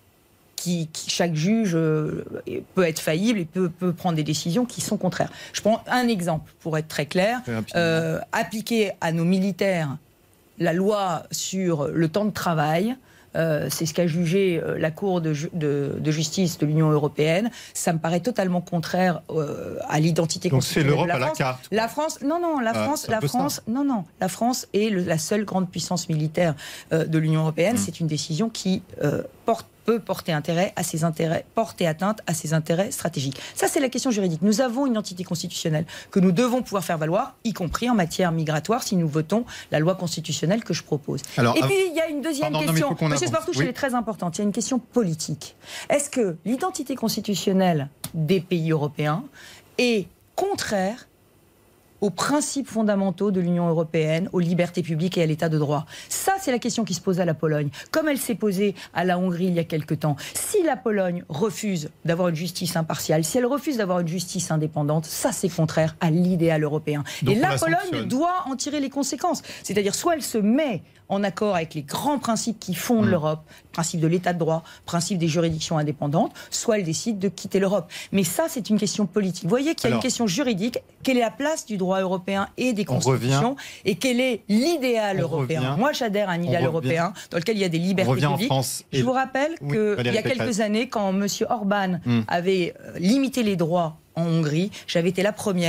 Qui, qui, chaque juge euh, peut être faillible et peut, peut prendre des décisions qui sont contraires. Je prends un exemple pour être très clair. Euh, appliquer à nos militaires la loi sur le temps de travail, euh, c'est ce qu'a jugé euh, la Cour de, ju- de, de justice de l'Union européenne. Ça me paraît totalement contraire euh, à l'identité Donc constitutionnelle c'est l'Europe de la à la France. carte. La France, non, non, la Ah, France, c'est un la peu France, ça. non, non, la France est le, la seule grande puissance militaire euh, de l'Union européenne. Mmh. C'est une décision qui euh, porte peut porter intérêt à ses intérêts, porter atteinte à ses intérêts stratégiques. Ça, c'est la question juridique. Nous avons une entité constitutionnelle que nous devons pouvoir faire valoir, y compris en matière migratoire, si nous votons la loi constitutionnelle que je propose. Alors, et puis, il y a une deuxième pardon, question. Non, Monsieur Spartouche, oui. Elle est très importante. Il y a une question politique. Est-ce que l'identité constitutionnelle des pays européens est contraire aux principes fondamentaux de l'Union européenne, aux libertés publiques et à l'état de droit? Ça, c'est la question qui se pose à la Pologne, comme elle s'est posée à la Hongrie il y a quelque temps. Si la Pologne refuse d'avoir une justice impartiale, si elle refuse d'avoir une justice indépendante, ça, c'est contraire à l'idéal européen. Donc et la, la Pologne sanctionne. doit en tirer les conséquences. C'est-à-dire, soit elle se met en accord avec les grands principes qui fondent mmh. l'Europe, principe de l'état de droit, principe des juridictions indépendantes, soit elle décide de quitter l'Europe. Mais ça, c'est une question politique. Vous voyez qu'il y a Alors, une question juridique. Quelle est la place du droit européen et des constitutions, revient, et quel est l'idéal européen? revient, Moi, j'adhère à un idéal européen dans lequel il y a des libertés publiques. France Je vous rappelle oui, qu'il y a quelques Pécresse. années, quand M. Orban mmh. avait limité les droits en Hongrie, j'avais été la première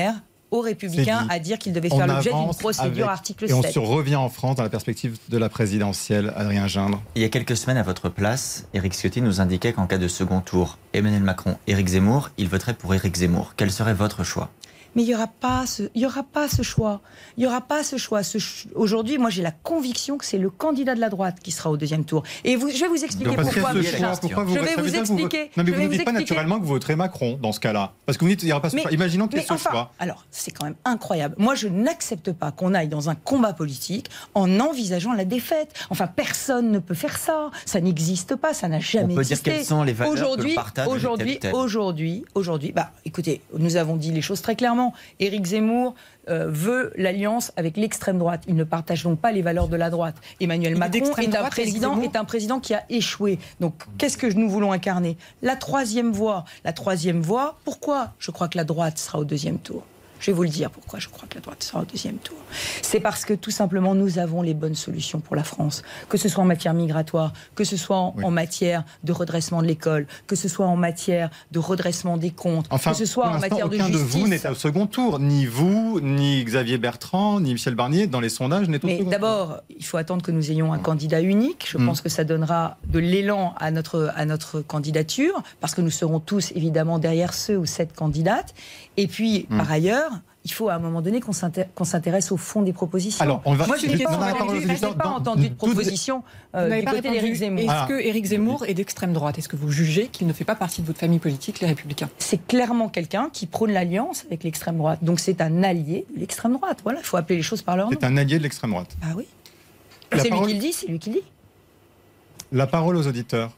aux Républicains à dire qu'ils devaient faire l'objet d'une procédure avec, article sept. Et on se revient en France dans la perspective de la présidentielle, Adrien Gindre. Il y a quelques semaines, à votre place, Éric Ciotti nous indiquait qu'en cas de second tour, Emmanuel Macron, Éric Zemmour, il voterait pour Éric Zemmour. Quel serait votre choix ? Mais il n'y aura pas ce, il y aura pas ce choix. Il n'y aura pas ce choix. Ce ch... Aujourd'hui, moi, j'ai la conviction que c'est le candidat de la droite qui sera au deuxième tour. Et vous, je vais vous expliquer Donc, pourquoi. Ce choix, pourquoi vous je vais vous expliquer. Vous... Non, mais je vous ne dites vous pas naturellement que vous voterez Macron dans ce cas-là. Parce que vous dites qu'il n'y aura pas ce mais, choix. Imaginons qu'il y ait ce enfin, choix. Alors, c'est quand même incroyable. Moi, je n'accepte pas qu'on aille dans un combat politique en envisageant la défaite. Enfin, personne ne peut faire ça. Ça n'existe pas. Ça n'a jamais existé. On peut existé. dire quelles sont les valeurs aujourd'hui, que partage aujourd'hui, tel tel. aujourd'hui, aujourd'hui, bah, écoutez, nous avons dit les choses très clairement. Éric Zemmour euh, veut l'alliance avec l'extrême droite. Il ne partage donc pas les valeurs de la droite. Emmanuel Macron est un, président, est un président qui a échoué. Donc, qu'est-ce que nous voulons incarner ? La troisième voie. La troisième voie, pourquoi je crois que la droite sera au deuxième tour ? Je vais vous le dire pourquoi je crois que la droite sera au deuxième tour. C'est parce que tout simplement nous avons les bonnes solutions pour la France. Que ce soit en matière migratoire, que ce soit en, oui. en matière de redressement de l'école, que ce soit en matière de redressement des comptes, enfin, que ce soit en matière de justice. Aucun de vous n'est au second tour. Ni vous, ni Xavier Bertrand, ni Michel Barnier, dans les sondages, n'est au Mais second tour. Mais d'abord, il faut attendre que nous ayons un candidat unique. Je mmh. pense que ça donnera de l'élan à notre, à notre candidature, parce que nous serons tous évidemment derrière ceux ou cette candidates. Et puis, mmh. par ailleurs, il faut à un moment donné qu'on s'intéresse, qu'on s'intéresse au fond des propositions. Alors, on va Moi, je n'ai pas, entendu, je pas entendu de proposition euh, du côté d'Éric Zemmour. Est-ce ah. que Éric Zemmour est d'extrême droite ? Est-ce que vous jugez qu'il ne fait pas partie de votre famille politique, les Républicains ? C'est clairement quelqu'un qui prône l'alliance avec l'extrême droite. Donc c'est un allié de l'extrême droite. Voilà, il faut appeler les choses par leur nom. C'est un allié de l'extrême droite. Ah oui. C'est parole... lui qui le dit, c'est lui qui le dit. La parole aux auditeurs.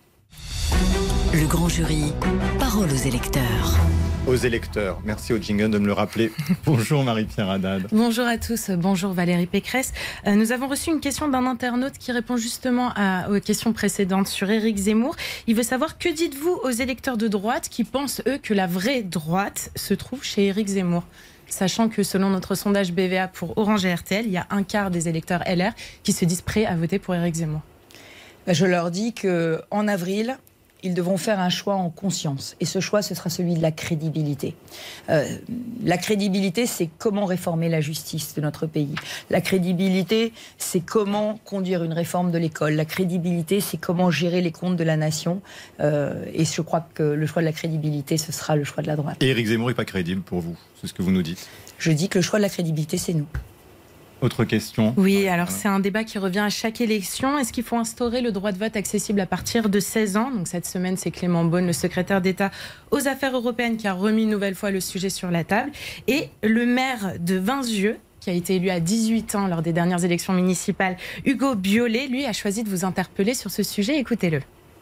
Le grand jury, parole aux électeurs. Aux électeurs. Merci au jingle de me le rappeler. Bonjour Marie-Pierre Haddad. Bonjour à tous. Bonjour Valérie Pécresse. Euh, nous avons reçu une question d'un internaute qui répond justement à, aux questions précédentes sur Éric Zemmour. Il veut savoir, que dites-vous aux électeurs de droite qui pensent, eux, que la vraie droite se trouve chez Éric Zemmour ? Sachant que selon notre sondage B V A pour Orange et R T L, il y a un quart des électeurs L R qui se disent prêts à voter pour Éric Zemmour. Je leur dis qu'en avril, ils devront faire un choix en conscience. Et ce choix, ce sera celui de la crédibilité. Euh, la crédibilité, c'est comment réformer la justice de notre pays. La crédibilité, c'est comment conduire une réforme de l'école. La crédibilité, c'est comment gérer les comptes de la nation. Euh, et je crois que le choix de la crédibilité, ce sera le choix de la droite. Et Éric Zemmour n'est pas crédible pour vous, c'est ce que vous nous dites. Je dis que le choix de la crédibilité, c'est nous. Autre question. Oui, alors c'est un débat qui revient à chaque élection. Est-ce qu'il faut instaurer le droit de vote accessible à partir de seize ans ? Donc cette semaine, c'est Clément Beaune, le secrétaire d'État aux Affaires européennes, qui a remis une nouvelle fois le sujet sur la table. Et le maire de Vinzieux, qui a été élu à dix-huit ans lors des dernières élections municipales, Hugo Biolay, lui, a choisi de vous interpeller sur ce sujet. Écoutez-le.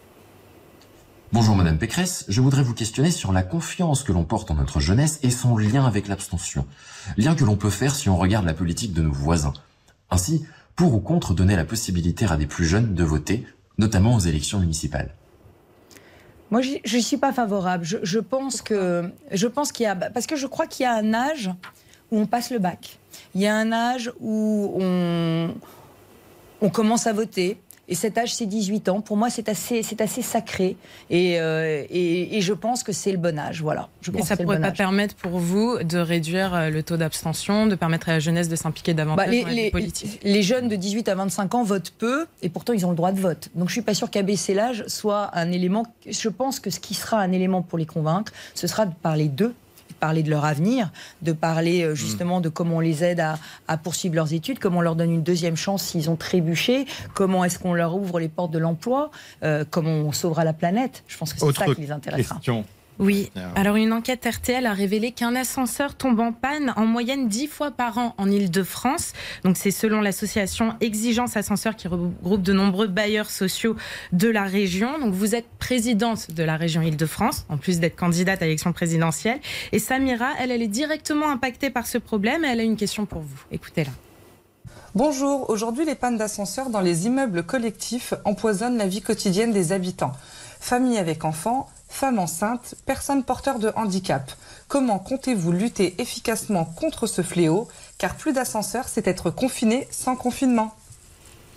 Bonjour Madame Pécresse, je voudrais vous questionner sur la confiance que l'on porte en notre jeunesse et son lien avec l'abstention. Lien que l'on peut faire si on regarde la politique de nos voisins. Ainsi, pour ou contre donner la possibilité à des plus jeunes de voter, notamment aux élections municipales. Moi, je n'y suis pas favorable. Je, je pense que, je pense qu'il y a, parce que je crois qu'il y a un âge où on passe le bac. Il y a un âge où on, on commence à voter. Et cet âge, c'est dix-huit ans. Pour moi, c'est assez, c'est assez sacré. Et, euh, et, et je pense que c'est le bon âge. Voilà. Je pense et ça ne pourrait bon pas âge. permettre pour vous de réduire le taux d'abstention, de permettre à la jeunesse de s'impliquer davantage bah, les, dans la vie politique ? Les jeunes de dix-huit à vingt-cinq ans votent peu, et pourtant ils ont le droit de vote. Donc je ne suis pas sûre qu'abaisser l'âge soit un élément. Je pense que ce qui sera un élément pour les convaincre, ce sera de parler d'eux, de parler de leur avenir, de parler justement de comment on les aide à, à poursuivre leurs études, comment on leur donne une deuxième chance s'ils ont trébuché, comment est-ce qu'on leur ouvre les portes de l'emploi, euh, comment on sauvera la planète. Je pense que c'est Autre ça qui les intéressera. Question. Oui, alors une enquête R T L a révélé qu'un ascenseur tombe en panne en moyenne dix fois par an en Île-de-France. Donc c'est selon l'association Exigence Ascenseur qui regroupe de nombreux bailleurs sociaux de la région. Donc vous êtes présidente de la région Île-de-France, en plus d'être candidate à l'élection présidentielle. Et Samira, elle, elle est directement impactée par ce problème et elle a une question pour vous. Écoutez-la. Bonjour, aujourd'hui les pannes d'ascenseur dans les immeubles collectifs empoisonnent la vie quotidienne des habitants. Familles avec enfants, femmes enceintes, personnes porteurs de handicap. Comment comptez-vous lutter efficacement contre ce fléau ? Car plus d'ascenseurs, c'est être confiné sans confinement.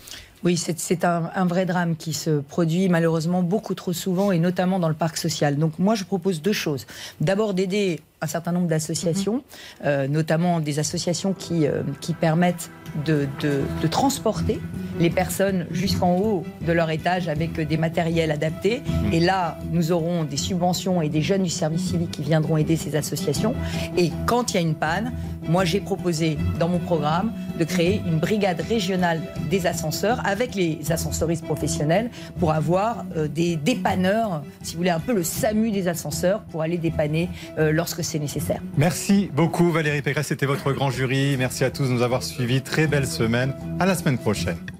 Oui, c'est, c'est un, un vrai drame qui se produit malheureusement beaucoup trop souvent et notamment dans le parc social. Donc moi, je propose deux choses. D'abord, d'aider un certain nombre d'associations, mmh. euh, notamment des associations qui, euh, qui permettent de, de, de transporter les personnes jusqu'en haut de leur étage avec des matériels adaptés. Mmh. Et là, nous aurons des subventions et des jeunes du service civique qui viendront aider ces associations. Et quand il y a une panne, moi j'ai proposé dans mon programme de créer une brigade régionale des ascenseurs avec les ascensoristes professionnels pour avoir euh, des dépanneurs, si vous voulez, un peu le SAMU des ascenseurs pour aller dépanner euh, lorsque c'est nécessaire. Merci beaucoup Valérie Pécresse, c'était votre grand jury. Merci à tous de nous avoir suivis. Très belle semaine. À la semaine prochaine.